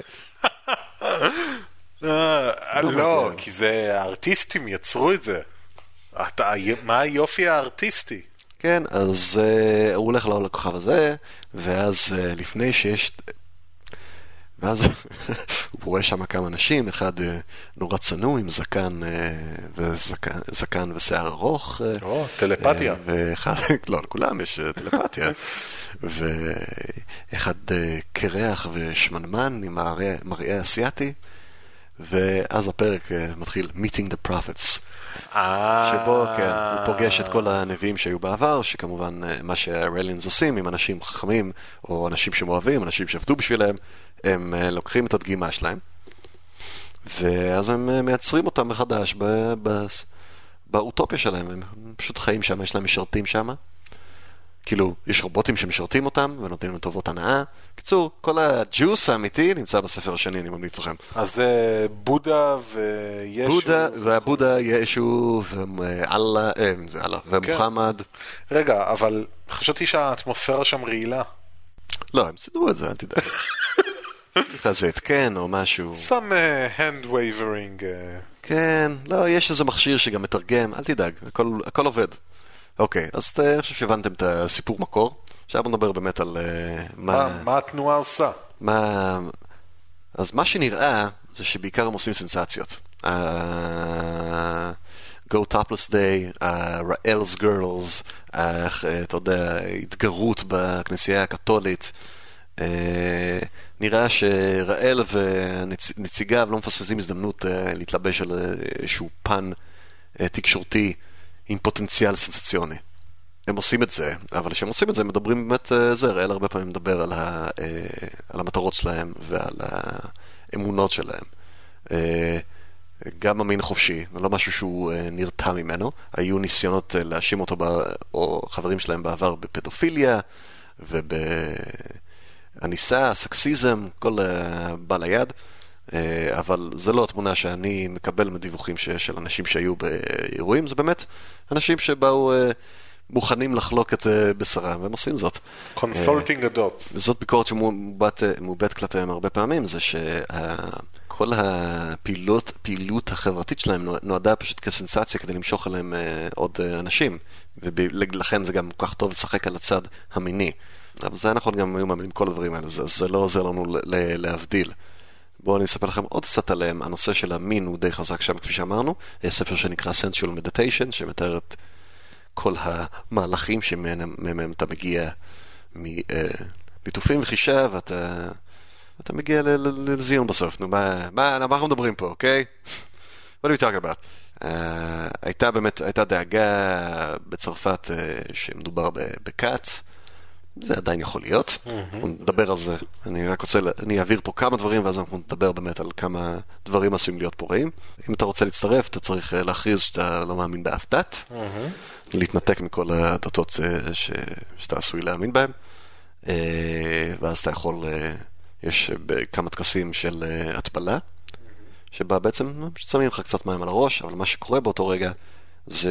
לא, כי זה הארטיסטים יצרו את זה. מה היופי הארטיסטי? כן, אז הוא הולך לכוכב הזה, ואז לפני שיש... ואז הוא רואה שם כמה אנשים, אחד נורא צנוע עם זקן ושיער ארוך. טלפתיה. לא, לכולם יש טלפתיה. ואחד קרח ושמנמן עם מראה אסיאתי, ואז הפרק מתחיל Meeting the Prophets. שבו, כן, הוא פוגש את כל הנביאים שהיו בעבר, שכמובן מה שהרליאנס עושים עם אנשים חכמים, או אנשים שמואבים, אנשים שעבדו בשבילם, הם לוקחים את הדגימה שלהם, ואז הם מייצרים אותם מחדש באוטופיה שלהם. הם פשוט חיים שם, יש להם משרתים שם. כאילו, יש רובוטים שמשרתים אותם, ונותנים להם טובות הנאה. קיצור, כל הג'וס האמיתי נמצא בספר השני, אני ממליץ לכם. אז זה בודה וישו. בודה, ישו, ואללה, ומוחמד. רגע, אבל חשבתי שהאטמוספירה שם רעילה. לא, הם סידרו את זה, אל תדאג. כזה התקן או משהו. Some hand wavering. כן, לא, יש איזה מכשיר שגם מתרגם, אל תדאג, הכל עובד. אוקיי, אז אני חושב שהבנתם את הסיפור מקור. עכשיו בוא נדבר באמת על מה התנועה עושה. אז מה שנראה זה שבעיקר הם עושים סנסציות. Go Topless Day, Rael's Girls, אתה יודע, התגרות בכנסייה הקתולית. נראה שראאל ונציגיו לא מפספסים הזדמנות להתלבש על איזשהו פן תקשורתי עם פוטנציאל סנסציוני. הם עושים את זה, אבל כשהם עושים את זה, הם מדברים באמת זה, ראאל הרבה פעמים מדבר על המטרות שלהם ועל האמונות שלהם. גם המין חופשי, לא משהו שהוא נרתע ממנו. היו ניסיונות להאשים אותו, או חברים שלהם בעבר, בפדופיליה, ובאניסה, סקסיזם, כל בא ליד. אבל זה לא התמונה שאני מקבל מדיווחים של אנשים שהיו באירועים, זה באמת אנשים שבאו מוכנים לחלוק את בשרם, והם עושים זאת. Consulting adults. וזאת ביקורת שמובט כלפיהם הרבה פעמים, זה שכל הפעילות החברתית שלהם נועדה פשוט כסנסציה כדי למשוך עליהם עוד אנשים, ולכן זה גם כל כך טוב לשחק על הצד המיני. אבל זה נכון, גם היו מאמינים כל הדברים האלה, זה לא עוזר לנו להבדיל. בואו אני אספר לכם עוד קצת עליהם. הנושא של המין הוא די חזק שם, כפי שאמרנו. יש ספר שנקרא Sensual Meditation, שמתאר את כל המהלכים שמהם אתה מגיע מליטופים וחישה, ואתה מגיע לזיון בסוף. נו, מה אנחנו מדברים פה, אוקיי? What are we talking about? הייתה דאגה בצרפת שמדובר בקאט. זה עדיין יכול להיות. נדבר על זה. אני אעביר פה כמה דברים, ואז אנחנו נדבר באמת על כמה דברים עשויים להיות פה רעים. אם אתה רוצה להצטרף, אתה צריך להכריז שאתה לא מאמין באף דת, להתנתק מכל הדתות שאתה עשוי להאמין בהן, ואז אתה יכול, יש כמה טקסים של הטבלה, שבה בעצם שמים לך קצת מים על הראש, אבל מה שקורה באותו רגע, זה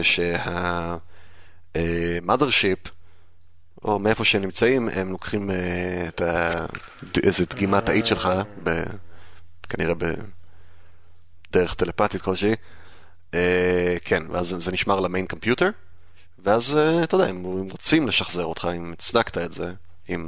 שהמאדרשיפ, או מאיפה שהם נמצאים, הם לוקחים איזה דגימת האית שלך, כנראה בדרך טלפתית כלשהי, כן, ואז זה נשמר למיין קומפיוטר, ואז, אתה יודע, הם רוצים לשחזר אותך, אם הצדקת את זה,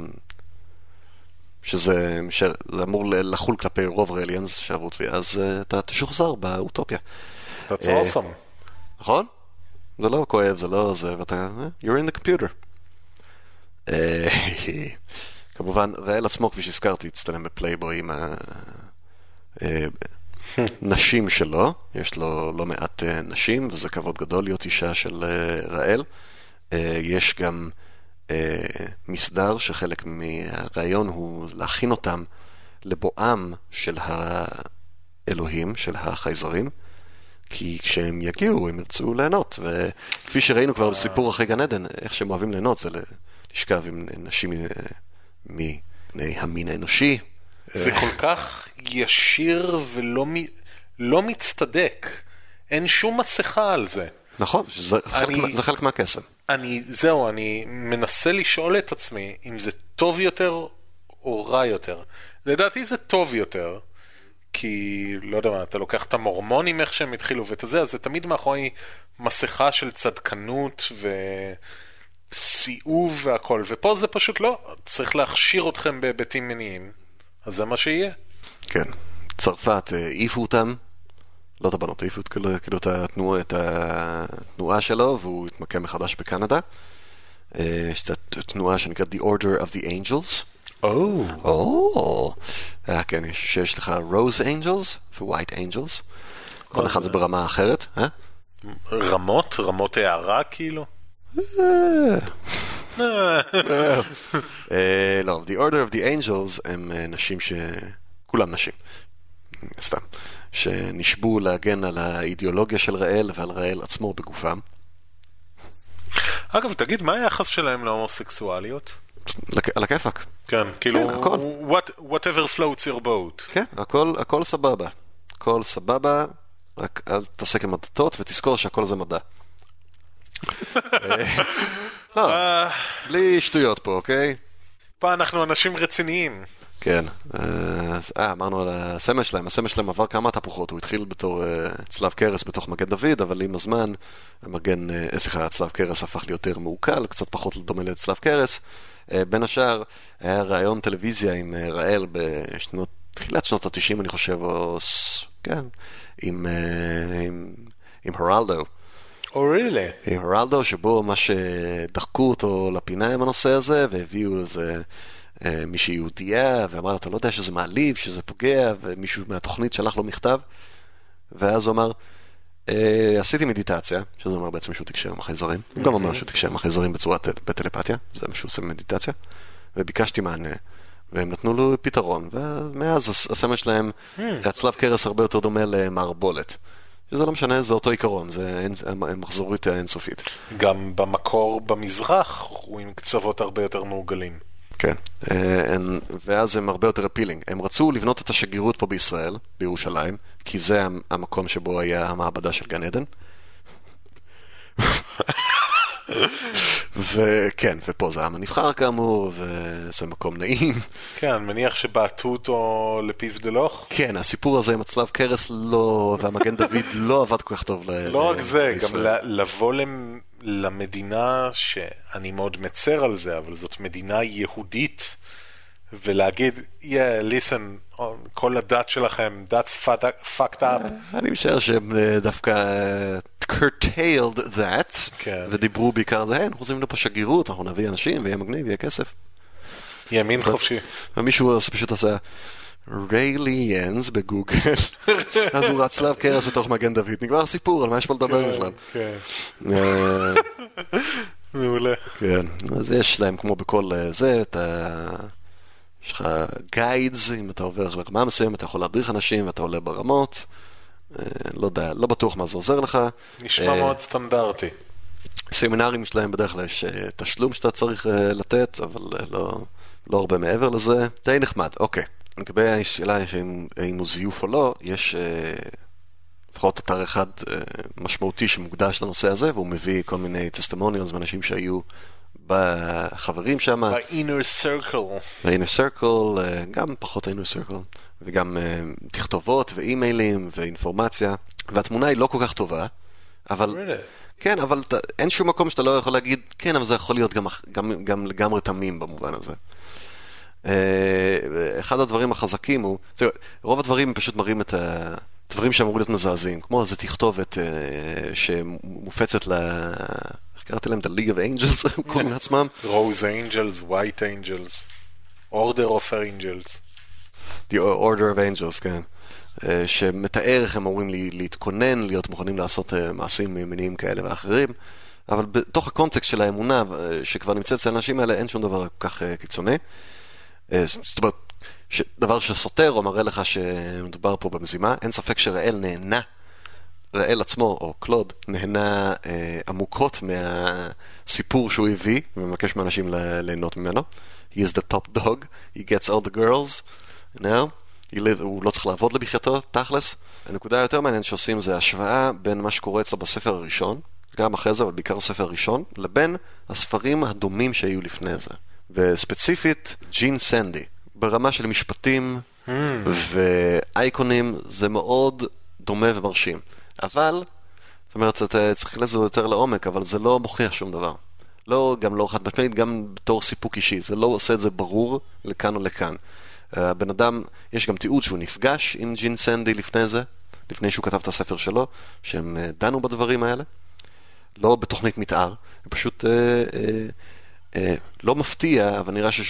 שזה אמור לחול כלפי רוב ראליאנס שעברו תביעה, אז אתה תשוחזר באוטופיה. That's awesome. נכון? זה לא כואב, זה לא זה, ואתה, you're in the computer. כמובן, ראל עצמו, כפי שהזכרתי, הצטלם בפלייבוי עם הנשים שלו. יש לו לא מעט נשים, וזה כבוד גדול להיות אישה של ראל. יש גם מסדר שחלק מהרעיון הוא להכין אותם לבואם של האלוהים, של החייזרים, כי כשהם יגיעו הם ירצו ליהנות, וכפי שראינו כבר בסיפור אחרי גן עדן, איך שהם אוהבים ליהנות זה לשכב עם נשים מבני המין האנושי. זה כל כך ישיר ולא מצטדק. אין שום מסכה על זה. נכון, זה חלק מהקסם. אני מנסה לשאול את עצמי אם זה טוב יותר או רע יותר. לדעתי זה טוב יותר, כי לא יודע מה, אתה לוקח את המורמונים איך שהם התחילו ואת זה, אז זה תמיד מאחורי מסכה של צדקנות וסיאוב והכל, ופה זה פשוט לא, צריך להכשיר אתכם בהיבטים מיניים, אז זה מה שיהיה. כן, צרפת העיפו אותם, לא את הבנות, העיפו כאילו את התנועה שלו, והוא התמקם מחדש בקנדה. יש את התנועה שנקראת The Order of the Angels. כן, יש לך Rose Angels ו-White Angels. כל אחד זה ברמה אחרת. רמות הערה כאילו? לא, The Order of the Angels הם נשים כולם נשים. סתם. שנשבו להגן על האידיאולוגיה של ראל ועל ראל עצמו בגופם. אגב, תגיד, מה היחס שלהם להומוסקסואליות? על הכיפק. כן, כאילו, whatever floats your boat. כן, הכל סבבה. הכל סבבה, רק אל תעסק עם הדתות ותזכור שהכל זה מדע. בלי שטויות פה, אוקיי? פה אנחנו אנשים רציניים. כן, אמרנו על הסמל שלהם, הסמל שלהם עבר כמה תפוחות, הוא התחיל בתור צלב קרס בתוך מגן דוד, אבל עם הזמן הצלב קרס הפך להיות יותר מעוקל, קצת פחות דומה לצלב קרס. בין השאר היה רעיון טלוויזיה עם ראל תחילת שנות ה-90 אני חושב, כן, עם הרלדו. really? עם הרלדו, שבו מה שדחקו אותו לפינה עם הנושא הזה, והביאו איזה מישהי יהודייה, ואמר, אתה לא יודע שזה מעליב, שזה פוגע, ומישהו מהתוכנית שלח לו מכתב, ואז הוא אמר, עשיתי מדיטציה, שזה אומר בעצם שהוא תקשר עם החייזרים, הוא גם אומר שהוא תקשר עם החייזרים בטלפתיה, זה מה שהוא עושה במדיטציה, וביקשתי מענה, והם נתנו לו פתרון, ומאז הסמל שלהם, הצלב קרס הרבה יותר דומה למערבולת. שזה לא משנה, זה אותו עיקרון, זה מחזורית האינסופית. גם במקור במזרח, הוא עם קצוות הרבה יותר מעוגלים. כן, ואז הם הרבה יותר אפילינג. הם רצו לבנות את השגרירות פה בישראל, בירושלים, כי זה המקום שבו היה המעבדה של גן עדן. וכן, ופה זה העם הנבחר כאמור, וזה מקום נעים. כן, אני מניח שבעטו אותו לפיס דלוך. כן, הסיפור הזה עם הצלב קרס לא, והמגן דוד לא עבד כל כך טוב. לא רק זה, גם לבוא למדינה שאני מאוד מצר על זה, אבל זאת מדינה יהודית, ולהגיד, listen, כל הדת שלכם, that's fucked up. אני משער שהם דווקא curtailed that, ודיברו בעיקר זה, אנחנו עושים לפה שגרירות, אנחנו נביא אנשים, ויהיה מגניב, ויהיה כסף. ימין חופשי. ומישהו פשוט עשה רייליאנס בגוגל, אז הוא רץ צלב קרס בתוך מגן דוד, נגמר הסיפור, על מה יש פה לדבר בכלל. כן. מעולה. כן, אז יש להם כמו בכל זה, יש לך גיידס, אם אתה עובר לרמה מסוים, אתה יכול להדריך אנשים, ואתה עולה ברמות, לא יודע, לא בטוח מה זה עוזר לך. נשמע מאוד סטנדרטי. סמינרים שלהם בדרך כלל יש תשלום שאתה צריך לתת, אבל לא הרבה מעבר לזה. די נחמד, אוקיי. לגבי השאלה אם הוא זיוף או לא, יש לפחות אתר אחד משמעותי שמוקדש לנושא הזה, והוא מביא כל מיני טסטימוניונס מאנשים שהיו בחברים שם. ב-inner circle. ב-inner circle, גם פחות ה-inner circle, וגם תכתובות ואימיילים ואינפורמציה, והתמונה היא לא כל כך טובה, אבל... כן, אבל אין שום מקום שאתה לא יכול להגיד, כן, אבל זה יכול להיות גם לגמרי תמים במובן הזה. אחד הדברים החזקים הוא, רוב הדברים פשוט מראים את הדברים שאמרו להיות מזעזעים, כמו איזו תכתובת שמופצת איך קראתי להם? The League of Angels, הם קוראים לעצמם. Rose Angels, White Angels, Order of Angels. The Order of Angels, כן. שמתאר איך הם אמורים להתכונן, להיות מוכנים לעשות מעשים מיניים כאלה ואחרים, אבל בתוך הקונטקסט של האמונה שכבר נמצאת אצל האנשים האלה, אין שום דבר כל כך קיצוני. זאת אומרת, דבר שסותר או מראה לך שמדובר פה במזימה, אין ספק שראל נהנה, ראל עצמו או קלוד נהנה עמוקות מהסיפור שהוא הביא ומבקש מאנשים ליהנות ממנו. He is the top dog, he gets all the girls, you know? הוא לא צריך לעבוד לבחייתו, תכלס. הנקודה היותר מעניינת שעושים זה השוואה בין מה שקורה אצלו בספר הראשון, גם אחרי זה, אבל בעיקר הספר הראשון, לבין הספרים הדומים שהיו לפני זה. וספציפית, ג'ין סנדי, ברמה של משפטים ואייקונים, זה מאוד דומה ומרשים. אבל, זאת אומרת, אתה צריך לזה יותר לעומק, אבל זה לא מוכיח שום דבר. לא, גם לא חד משמעית, גם בתור סיפוק אישי. זה לא עושה את זה ברור לכאן או לכאן. הבן אדם, יש גם תיעוד שהוא נפגש עם ג'ין סנדי לפני זה, לפני שהוא כתב את הספר שלו, שהם דנו בדברים האלה. לא בתוכנית מתאר, פשוט לא מפתיע, אבל נראה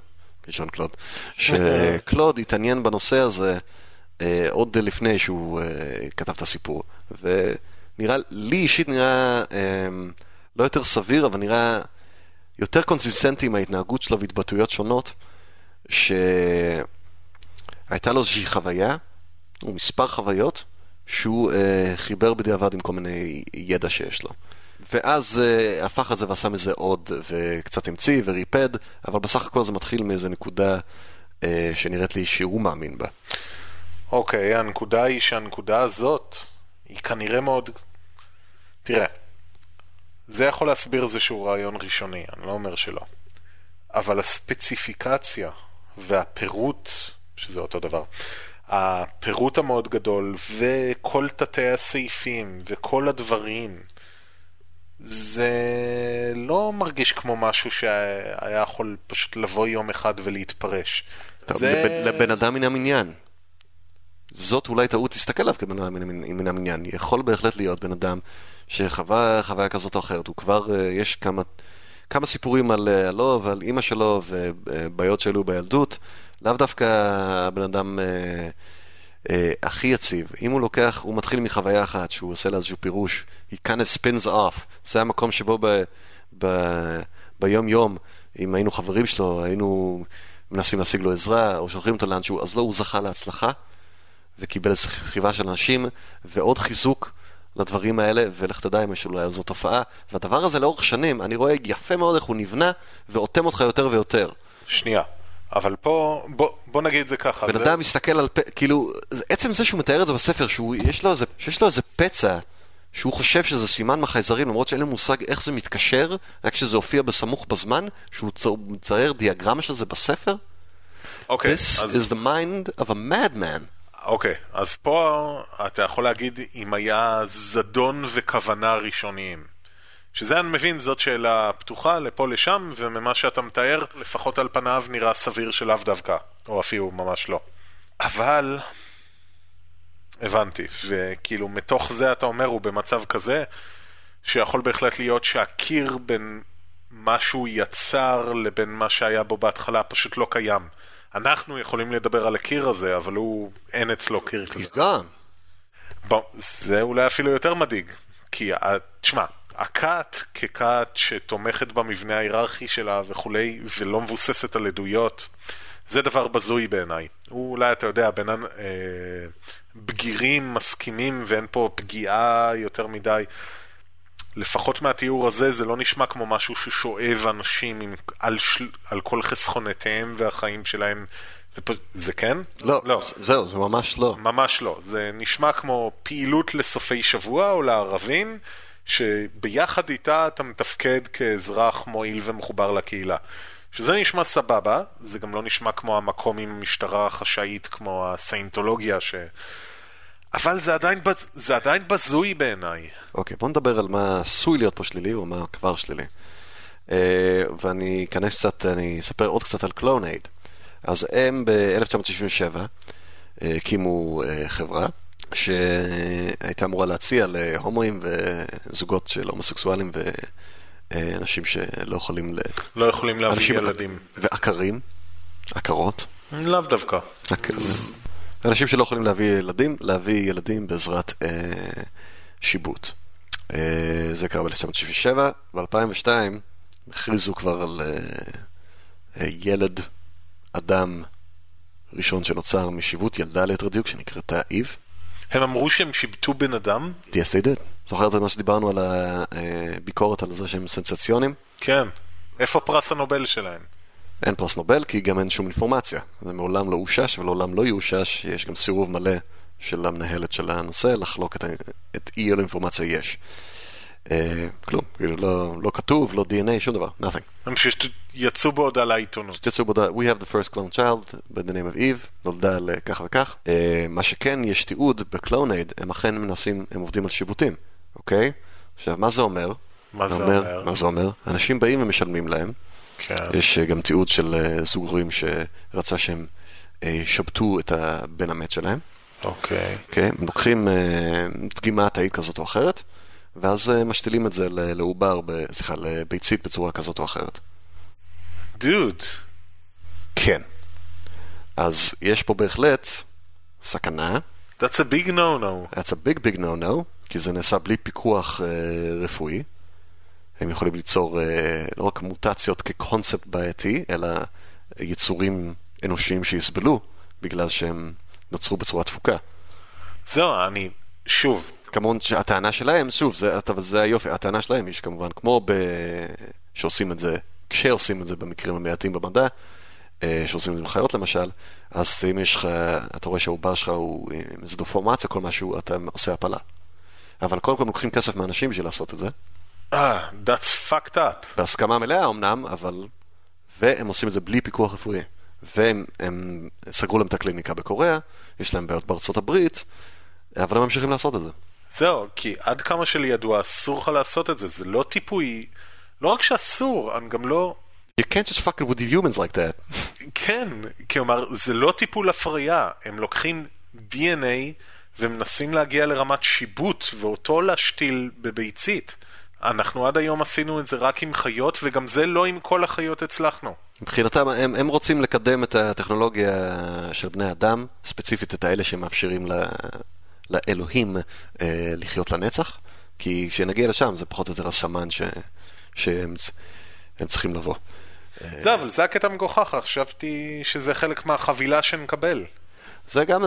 שקלוד התעניין בנושא הזה עוד לפני שהוא כתב את הסיפור. ונראה, לי אישית נראה לא יותר סביר, אבל נראה יותר קונסיסטנטי עם ההתנהגות שלו והתבטאויות שונות, שהייתה לו איזושהי חוויה, או מספר חוויות, שהוא חיבר בדיעבד עם כל מיני ידע שיש לו. ואז הפך את זה ועשה מזה עוד, וקצת המציא וריפד, אבל בסך הכל זה מתחיל מאיזו נקודה שנראית לי שהוא מאמין בה. אוקיי, הנקודה היא שהנקודה הזאת היא כנראה מאוד... תראה, זה יכול להסביר איזשהו רעיון ראשוני, אני לא אומר שלא. אבל הספציפיקציה והפירוט, שזה אותו דבר, הפירוט המאוד גדול וכל תתי הסעיפים וכל הדברים, זה לא מרגיש כמו משהו שהיה יכול פשוט לבוא יום אחד ולהתפרש. לבן אדם מן המניין. זאת אולי טעות תסתכל עליו כבן אדם מן המניין. יכול בהחלט להיות בן אדם שחווה חוויה כזאת או אחרת. הוא כבר, יש כמה סיפורים עלו ועל אמא שלו ובעיות שלו בילדות. לאו דווקא הבן אדם הכי יציב. אם הוא לוקח, הוא מתחיל מחוויה אחת שהוא עושה לה איזשהו פירוש, he kind of spins off. זה המקום שבו ביום יום, אם היינו חברים שלו, היינו מנסים להשיג לו עזרה, או שולחים אותו לאנשהו, אז לא, הוא זכה להצלחה, וקיבל איזו חיבה של אנשים, ועוד חיזוק לדברים האלה, ולך תדע אם יש לו איזו תופעה. והדבר הזה לאורך שנים, אני רואה יפה מאוד איך הוא נבנה, ואותם אותך יותר ויותר. שנייה. אבל פה, בוא נגיד את זה ככה. בן אדם מסתכל על, כאילו, עצם זה שהוא מתאר את זה בספר, שיש לו איזה פצע, שהוא חושב שזה סימן מחייזרים, למרות שאין לו מושג איך זה מתקשר, רק שזה הופיע בסמוך בזמן, שהוא מצייר דיאגרמה של זה בספר. אוקיי. This is the mind of a madman. אוקיי, אז פה אתה יכול להגיד אם היה זדון וכוונה ראשוניים. שזה אני מבין, זאת שאלה פתוחה לפה לשם, וממה שאתה מתאר, לפחות על פניו נראה סביר שלאו דווקא, או אפילו ממש לא. אבל, הבנתי, וכאילו מתוך זה אתה אומר, הוא במצב כזה, שיכול בהחלט להיות שהקיר בין מה שהוא יצר לבין מה שהיה בו בהתחלה פשוט לא קיים. אנחנו יכולים לדבר על הקיר הזה, אבל אין אצלו קיר כזה. זה אולי אפילו יותר מדאיג, כי, תשמע, הקאט כקאט שתומכת במבנה ההיררכי שלה וכולי, ולא מבוססת על עדויות, זה דבר בזוי בעיניי. הוא אולי, אתה יודע, בין בגירים מסכימים ואין פה פגיעה יותר מדי. לפחות מהתיאור הזה זה לא נשמע כמו משהו ששואב אנשים על כל חסכונותיהם והחיים שלהם. זה כן? לא. זהו, זה ממש לא. ממש לא. זה נשמע כמו פעילות לסופי שבוע או לערבים, שביחד איתה אתה מתפקד כאזרח מועיל ומחובר לקהילה. שזה נשמע סבבה, זה גם לא נשמע כמו המקום עם משטרה חשאית כמו הסיינטולוגיה אבל זה עדיין בזוי בעיניי. אוקיי, בוא נדבר על מה עשוי להיות פה שלילי או מה כבר שלילי. ואני אכנס קצת, אני אספר עוד קצת על קלונייד. אז הם ב-1967 הקימו חברה שהייתה אמורה להציע להומואים וזוגות של הומוסקסואלים ואנשים שלא יכולים להביא ילדים. ועקרים, עקרות. לאו דווקא. אנשים שלא יכולים להביא ילדים בעזרת שיבוט. זה קרה ב-1967, ב-2002 הכריזו כבר על ילד אדם ראשון שנוצר משיבוט, ילדה ליתר דיוק שנקראתה איב. הם אמרו שהם שיבטו בן אדם? Yes, they did. זוכרת מה שדיברנו על הביקורת על זה שהם סנסציונים? כן. איפה פרס הנובל שלהם? אין פרס נובל, כי גם אין שום אינפורמציה. זה מעולם לא אושש, ולעולם לא יאושש. יש גם סירוב מלא של המנהלת של הנושא, לחלוק את אי אינפורמציה יש. כלום, כאילו לא כתוב, לא DNA, שום דבר, nothing. הם שיצאו בעוד על העיתונות. יצאו בעוד, we have the first clone child, by the name of Eve, נולדה לכך וכך. מה שכן, יש תיעוד בקלונייד, הם אכן מנסים, הם עובדים על שיבוטים, אוקיי? עכשיו, מה זה אומר? מה זה אומר? אנשים באים ומשלמים להם. כן. יש גם תיעוד של זוג הורים שרצה שהם שבתו את הבן המת שלהם. אוקיי. הם לוקחים דגימה תאית כזאת או אחרת, ואז משתילים את זה לעובר, לביצית בצורה כזאת או אחרת. דוד. כן. אז יש פה בהחלט סכנה. That's a big no-no. That's a big no-no, כי זה נעשה בלי פיקוח רפואי. הם יכולים ליצור לא רק מוטציות כקונספט בעייתי, אלא יצורים אנושיים שיסבלו, בגלל שהם נוצרו בצורה תפוקה. זהו, שוב. כמובן שהטענה שלהם, שוב, זה היופי, הטענה שלהם יש כמובן, כמו שעושים את זה, כשעושים את זה במקרים המעטים במדע, שעושים את זה בחיות למשל, אז אם יש לך, אתה רואה שהעובר שלך הוא עם איזו דפורמציה, כל משהו, אתה עושה הפלה. אבל קודם כל לוקחים כסף מאנשים בשביל לעשות את זה. That's fucked up. בהסכמה מלאה אמנם, אבל, והם עושים את זה בלי פיקוח רפואי. והם סגרו להם את הקליניקה בקוריאה, יש להם בעיות בארצות הברית, אבל הם ממשיכים לעשות את זה. זהו, כי עד כמה שלי ידוע, אסור לך לעשות את זה. זה לא טיפוי, לא רק שאסור, אני גם לא... You can't just fuck it with the humans like that. כן, כלומר, זה לא טיפול הפריה. הם לוקחים DNA ומנסים להגיע לרמת שיבוט, ואותו להשתיל בביצית. אנחנו עד היום עשינו את זה רק עם חיות, וגם זה לא עם כל החיות הצלחנו. מבחינתם, הם רוצים לקדם את הטכנולוגיה של בני אדם, ספציפית את האלה שמאפשרים לאלוהים לחיות לנצח, כי כשנגיע לשם זה פחות או יותר הסמן שהם צריכים לבוא. זה, אבל זה הקטע מגוחך, חשבתי שזה חלק מהחבילה שנקבל. זה גם,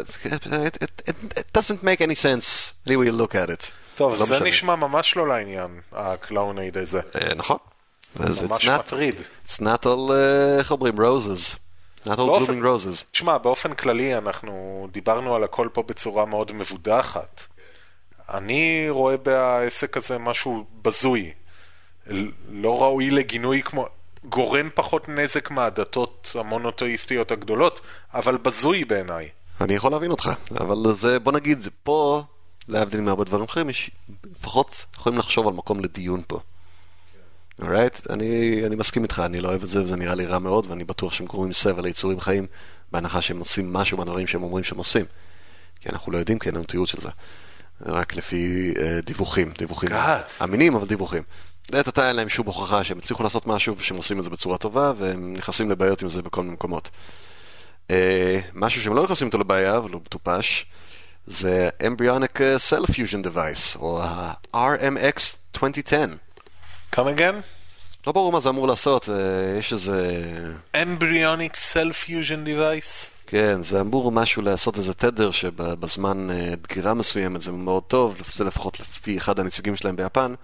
it doesn't make any sense, anyway you look at it. טוב, זה נשמע ממש לא לעניין, הקלאונייד הזה. נכון. ממש מטריד. It's not all, איך אומרים, roses. not all blooming roses. תשמע, באופן כללי אנחנו דיברנו על הכל פה בצורה מאוד מבודחת. אני רואה בעסק הזה משהו בזוי. לא ראוי לגינוי כמו... גורם פחות נזק מהדתות המונותאיסטיות הגדולות, אבל בזוי בעיניי. אני יכול להבין אותך, אבל זה, בוא נגיד, פה, להבדיל מהרבה דברים אחרים, לפחות יכולים לחשוב על מקום לדיון פה. Alright? אני מסכים איתך, אני לא אוהב את זה, וזה נראה לי רע מאוד, ואני בטוח שהם קוראים סבל ליצורים חיים, בהנחה שהם עושים משהו מהדברים שהם אומרים שהם עושים. כי אנחנו לא יודעים, כי אין לנו תיעוד של זה. רק לפי דיווחים אמינים, אבל דיווחים. לעת עתה אין להם שום הוכחה שהם הצליחו לעשות משהו, ושהם עושים את זה בצורה טובה, והם נכנסים לבעיות עם זה בכל מיני מקומות. משהו שהם לא נכנסים איתו לבעיה, אבל הוא מטופש, זה Embryonic Cell Fusion Device, או ה-RMX 2010. Come again? לא ברור מה זה אמור לעשות, יש איזה... Embryonic Cell Fusion Device? כן, זה אמור משהו לעשות איזה תדר שבזמן דגירה מסוימת זה מאוד טוב, זה לפחות לפי אחד הנציגים שלהם ביפן.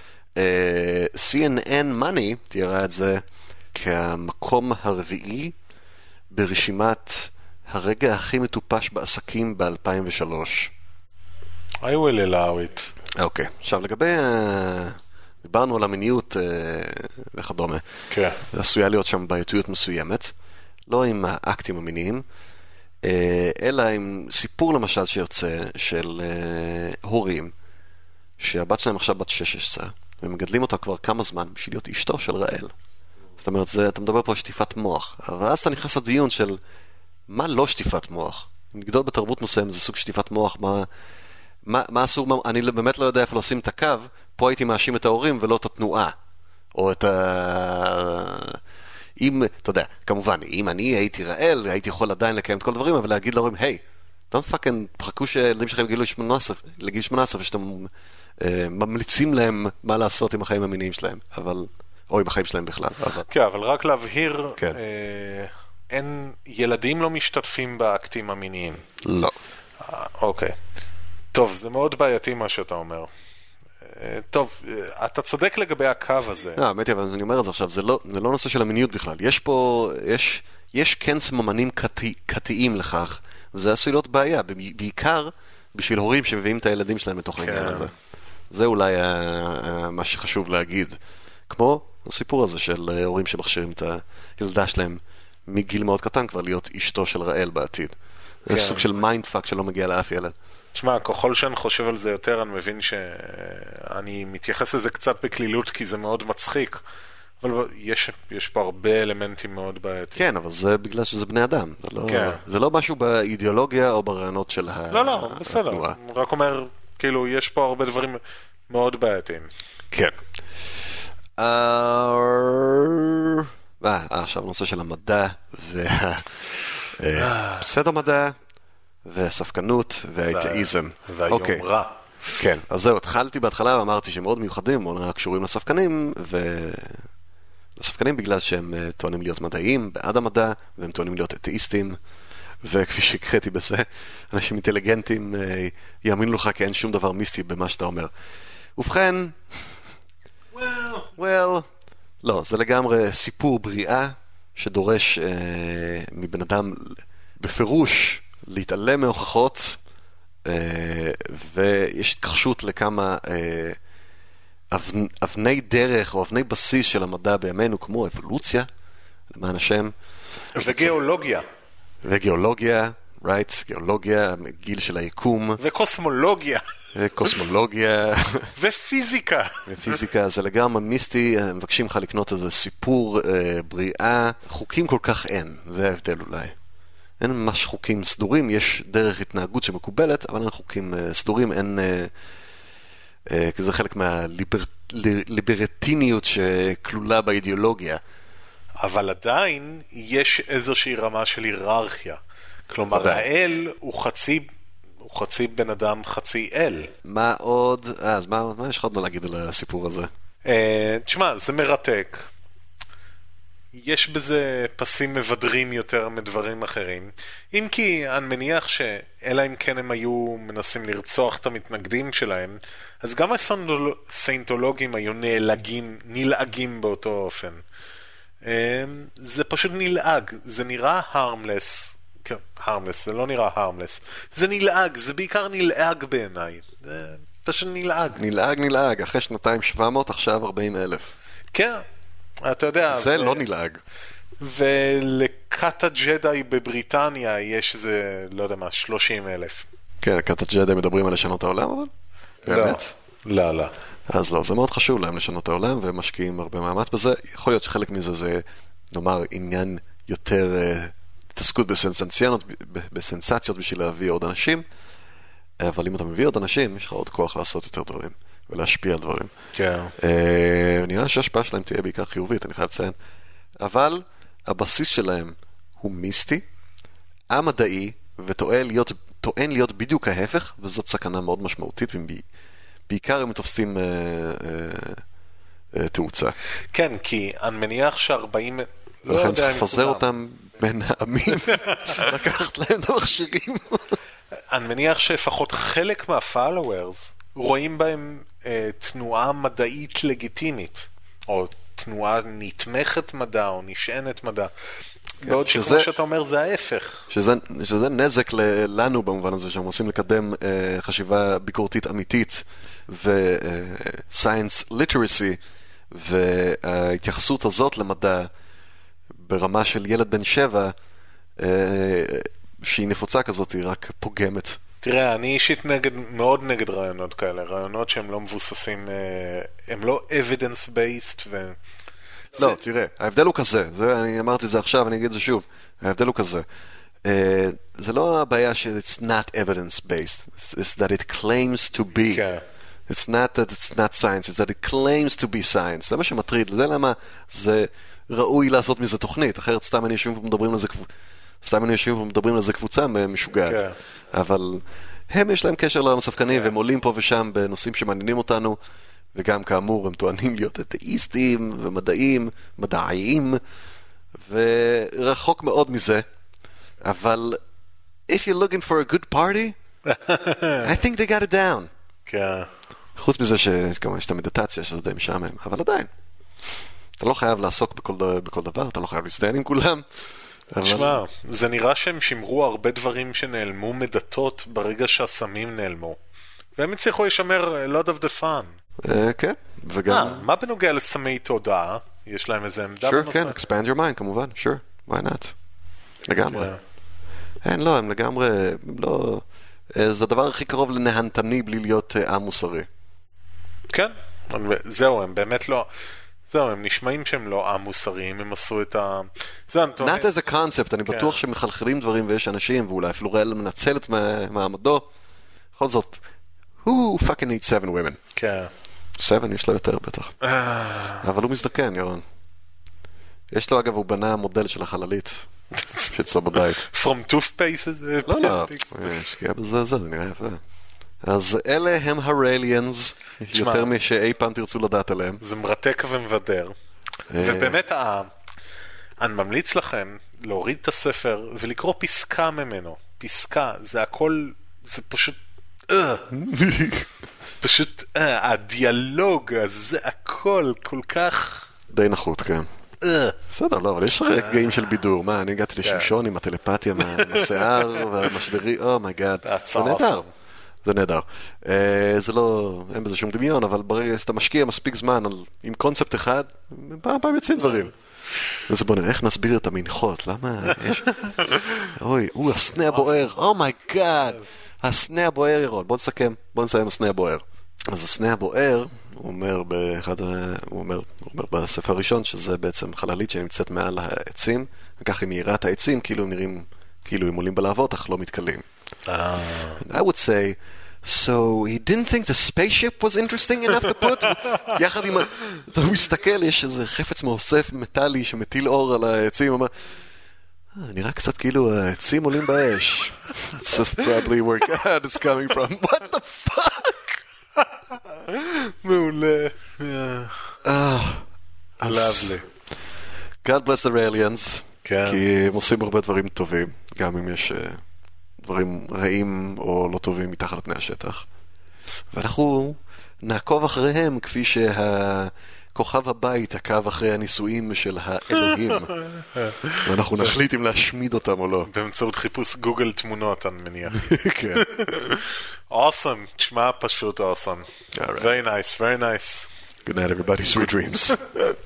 CNN Money תיארה את זה כמקום הרביעי ברשימת הרגע הכי מטופש בעסקים ב-2003. I will allow it. אוקיי, עכשיו לגבי... דיברנו על המיניות וכדומה. כן. זה עשויה להיות שם בעייתיות מסוימת, לא עם האקטים המיניים, אלא עם סיפור למשל שיוצא של הורים, שהבת שלהם עכשיו בת 16, ומגדלים אותה כבר כמה זמן בשביל להיות אשתו של ראל. זאת אומרת, אתה מדבר פה על שטיפת מוח, אבל אז אתה נכנס לדיון של מה לא שטיפת מוח. לגדול בתרבות מסוים זה סוג שטיפת מוח, מה אסור, אני באמת לא יודע איפה לשים את הקו, פה הייתי מאשים את ההורים ולא את התנועה, או את אם, אתה יודע, כמובן, אם אני הייתי ראל, הייתי יכול עדיין לקיים את כל הדברים, אבל להגיד להורים, היי, don't fucking, תחכו שילדים שלכם לגיל 18, ושאתם ממליצים להם מה לעשות עם החיים המיניים שלהם, אבל, או עם החיים שלהם בכלל. כן, אבל רק להבהיר, ילדים לא משתתפים באקטים המיניים. לא. אוקיי. טוב, זה מאוד בעייתי מה שאתה אומר. טוב, אתה צודק לגבי הקו הזה. האמת היא, אבל אני אומר את זה עכשיו, זה לא נושא של המיניות בכלל. יש פה, יש כן סממנים קטעים לכך, וזה עשוי להיות בעיה, בעיקר בשביל הורים שמביאים את הילדים שלהם לתוך העניין הזה. זה אולי מה שחשוב להגיד. כמו הסיפור הזה של הורים שמכשירים את הילדה שלהם מגיל מאוד קטן כבר להיות אשתו של ראל בעתיד. זה סוג של מיינד פאק שלא מגיע לאף ילד. תשמע, ככל שאני חושב על זה יותר, אני מבין שאני מתייחס לזה קצת בכלילות, כי זה מאוד מצחיק. אבל יש פה הרבה אלמנטים מאוד בעייתיים. כן, אבל זה בגלל שזה בני אדם. זה לא משהו באידיאולוגיה או ברעיונות של התנועה. לא, בסדר. רק אומר, כאילו, יש פה הרבה דברים מאוד בעייתיים. כן. עכשיו נושא של המדע בסדר מדע והספקנות והאתאיזם והיומרה. כן, אז זהו, התחלתי בהתחלה ואמרתי שהם מאוד מיוחדים, מאוד קשורים לספקנים לספקנים בגלל שהם טוענים להיות מדעיים בעד המדע, והם טוענים להיות אתאיסטים, וכפי שהקראתי בזה, אנשים אינטליגנטים יאמינו לך כי אין שום דבר מיסטי במה שאתה אומר. ובכן, לא, זה לגמרי סיפור בריאה שדורש מבן אדם בפירוש להתעלם מהוכחות, ויש התכחשות לכמה אבני דרך או אבני בסיס של המדע בימינו, כמו אבולוציה, למען השם. וגיאולוגיה, גיאולוגיה, גיל של היקום. וקוסמולוגיה. ופיזיקה, זה לגמרי מיסטי, מבקשים לך לקנות איזה סיפור בריאה, חוקים כל כך אין, זה ההבדל אולי. אין ממש חוקים סדורים, יש דרך התנהגות שמקובלת, אבל אין חוקים סדורים, אין... כי זה חלק מהליברטיניות שכלולה באידיאולוגיה. אבל עדיין יש איזושהי רמה של היררכיה. כלומר, האל הוא חצי בן אדם, חצי אל. מה עוד? אז מה יש לך עוד להגיד על הסיפור הזה? תשמע, זה מרתק. יש בזה פסים מבדרים יותר מדברים אחרים. אם כי אני מניח שאלא אם כן הם היו מנסים לרצוח את המתנגדים שלהם, אז גם הסיינטולוגים היו נלעגים באותו אופן. זה פשוט נלעג, זה נראה harmless. כן, harmless, זה לא נראה harmless. זה נלעג, זה בעיקר נלעג בעיניי. זה פשוט נלעג. נלעג, אחרי 2,700 עכשיו 40,000. כן. אתה יודע, זה לא נלעג. ולקאט הג'די בבריטניה יש איזה, לא יודע מה, 30,000. כן, קאט הג'די מדברים על לשנות העולם, אבל? באמת? לא. אז לא, זה מאוד חשוב להם לשנות העולם, והם משקיעים הרבה מאמץ בזה. יכול להיות שחלק מזה זה, נאמר, עניין יותר התעסקות בסנסציות בשביל להביא עוד אנשים, אבל אם אתה מביא עוד אנשים, יש לך עוד כוח לעשות יותר דברים. ולהשפיע על דברים. כן. נראה שההשפעה שלהם תהיה בעיקר חיובית, אני חייב לציין. אבל הבסיס שלהם הוא מיסטי, המדעי, וטוען להיות בדיוק ההפך, וזאת סכנה מאוד משמעותית, בעיקר אם תופסים תאוצה. כן, כי אני מניח ש40... ולכן צריך לפזר אותם בין העמים, לקחת להם את המכשירים. אני מניח שלפחות חלק מהפולוורס רואים בהם תנועה מדעית לגיטימית, או תנועה נתמכת מדע, או נשענת מדע. בעוד שכמו שאתה אומר, זה ההפך. שזה נזק לנו במובן הזה, שאנחנו רוצים לקדם חשיבה ביקורתית אמיתית, ו-science literacy, וההתייחסות הזאת למדע, ברמה של ילד בן 7, שהיא נפוצה כזאת, היא רק פוגמת. תראה, אני אישית מאוד נגד רעיונות כאלה, רעיונות שהם לא מבוססים, הם לא evidence based לא, תראה, ההבדל הוא כזה, אני אמרתי את זה עכשיו, אני אגיד את זה שוב, ההבדל הוא כזה, זה לא הבעיה ש-it's not evidence based, it's that it claims to be, it's not that it's not science, it's that it claims to be science, זה מה שמטריד, זה למה זה ראוי לעשות מזה תוכנית, אחרת סתם אני יושבים ומדברים על זה קבוצה משוגעת, אבל הם יש להם קשר לעולם הספקני, והם עולים פה ושם בנושאים שמעניינים אותנו, וגם כאמור הם טוענים להיות אתאיסטים ומדעיים, ורחוק מאוד מזה, אבל if you're looking for a good party, I think they got it down. כן. חוץ מזה שכמובן יש את המדיטציה, שזה די משעמם, אבל עדיין. אתה לא חייב לעסוק בכל דבר, אתה לא חייב להסתיין עם כולם. תשמע, זה נראה שהם שימרו הרבה דברים שנעלמו מדתות ברגע שהסמים נעלמו. והם הצליחו לשמר lot of the fun. כן, וגם... מה בנוגע לסמי תודעה? יש להם איזה עמדה בנושא? כן, expand your mind כמובן, sure, why not? לגמרי. לא, הם לגמרי, לא... זה הדבר הכי קרוב לנהנתני בלי להיות עם מוסרי. כן, זהו, הם באמת לא... זהו, הם נשמעים שהם לא עם מוסריים, הם עשו את ה... not as a concept, אני בטוח שמחלחלים דברים ויש אנשים, ואולי אפילו ראל מנצל את מעמדו. בכל זאת, who fucking needs 7 women? כן. 7 יש לו יותר בטח. אבל הוא מזדקן, ירון. יש לו אגב, הוא בנה מודל של החללית. שאצלו בבית. From toothpaste? לא, שקיע בזה, זה נראה יפה. אז אלה הם הרליאנס, יותר משאי פעם תרצו לדעת עליהם. זה מרתק ומבדר. ובאמת, אני ממליץ לכם להוריד את הספר ולקרוא פסקה ממנו. פסקה, זה הכל, זה פשוט... פשוט, הדיאלוג הזה, הכל כל כך... די נחות, כן. בסדר, לא, אבל יש רגעים של בידור. מה, אני הגעתי לשמשון עם הטלפתיה מהשיער והמשדרי, אומייגאד. זה נהדר. זה נהדר. זה לא, אין בזה שום דמיון, אבל ברגע שאתה משקיע מספיק זמן עם קונספט אחד, פעם יוצאים דברים. אז בוא נראה איך נסביר את המנחות, למה יש... אוי, הסנה הבוער, אומייגאד. הסנה הבוער, ירון, בוא נסיים הסנה הבוער. אז הסנה הבוער, הוא אומר בספר הראשון, שזה בעצם חללית שנמצאת מעל העצים, וכך היא מאירה את העצים, כאילו הם נראים, כאילו הם עולים בלהבות, אך לא מתקלים. I would say, so he didn't think the spaceship was interesting enough to put? יחד עם... הוא מסתכל, יש איזה חפץ מאוסף מטלי שמטיל אור על העצים, הוא אומר, נראה קצת כאילו העצים עולים באש. That's probably where God is coming from. What the fuck? מעולה. Lovely. God bless the aliens. כי הם עושים הרבה דברים טובים, גם אם יש דברים רעים או לא טובים מתחת לפני השטח. ואנחנו נעקוב אחריהם כפי כוכב הבית עקב אחרי הניסויים של האלוהים. ואנחנו נחליט אם להשמיד אותם או לא. באמצעות חיפוש גוגל תמונות, אני מניח. כן. Awesome. תשמע פשוט awesome. Very nice, very nice. Good night everybody, sweet dreams.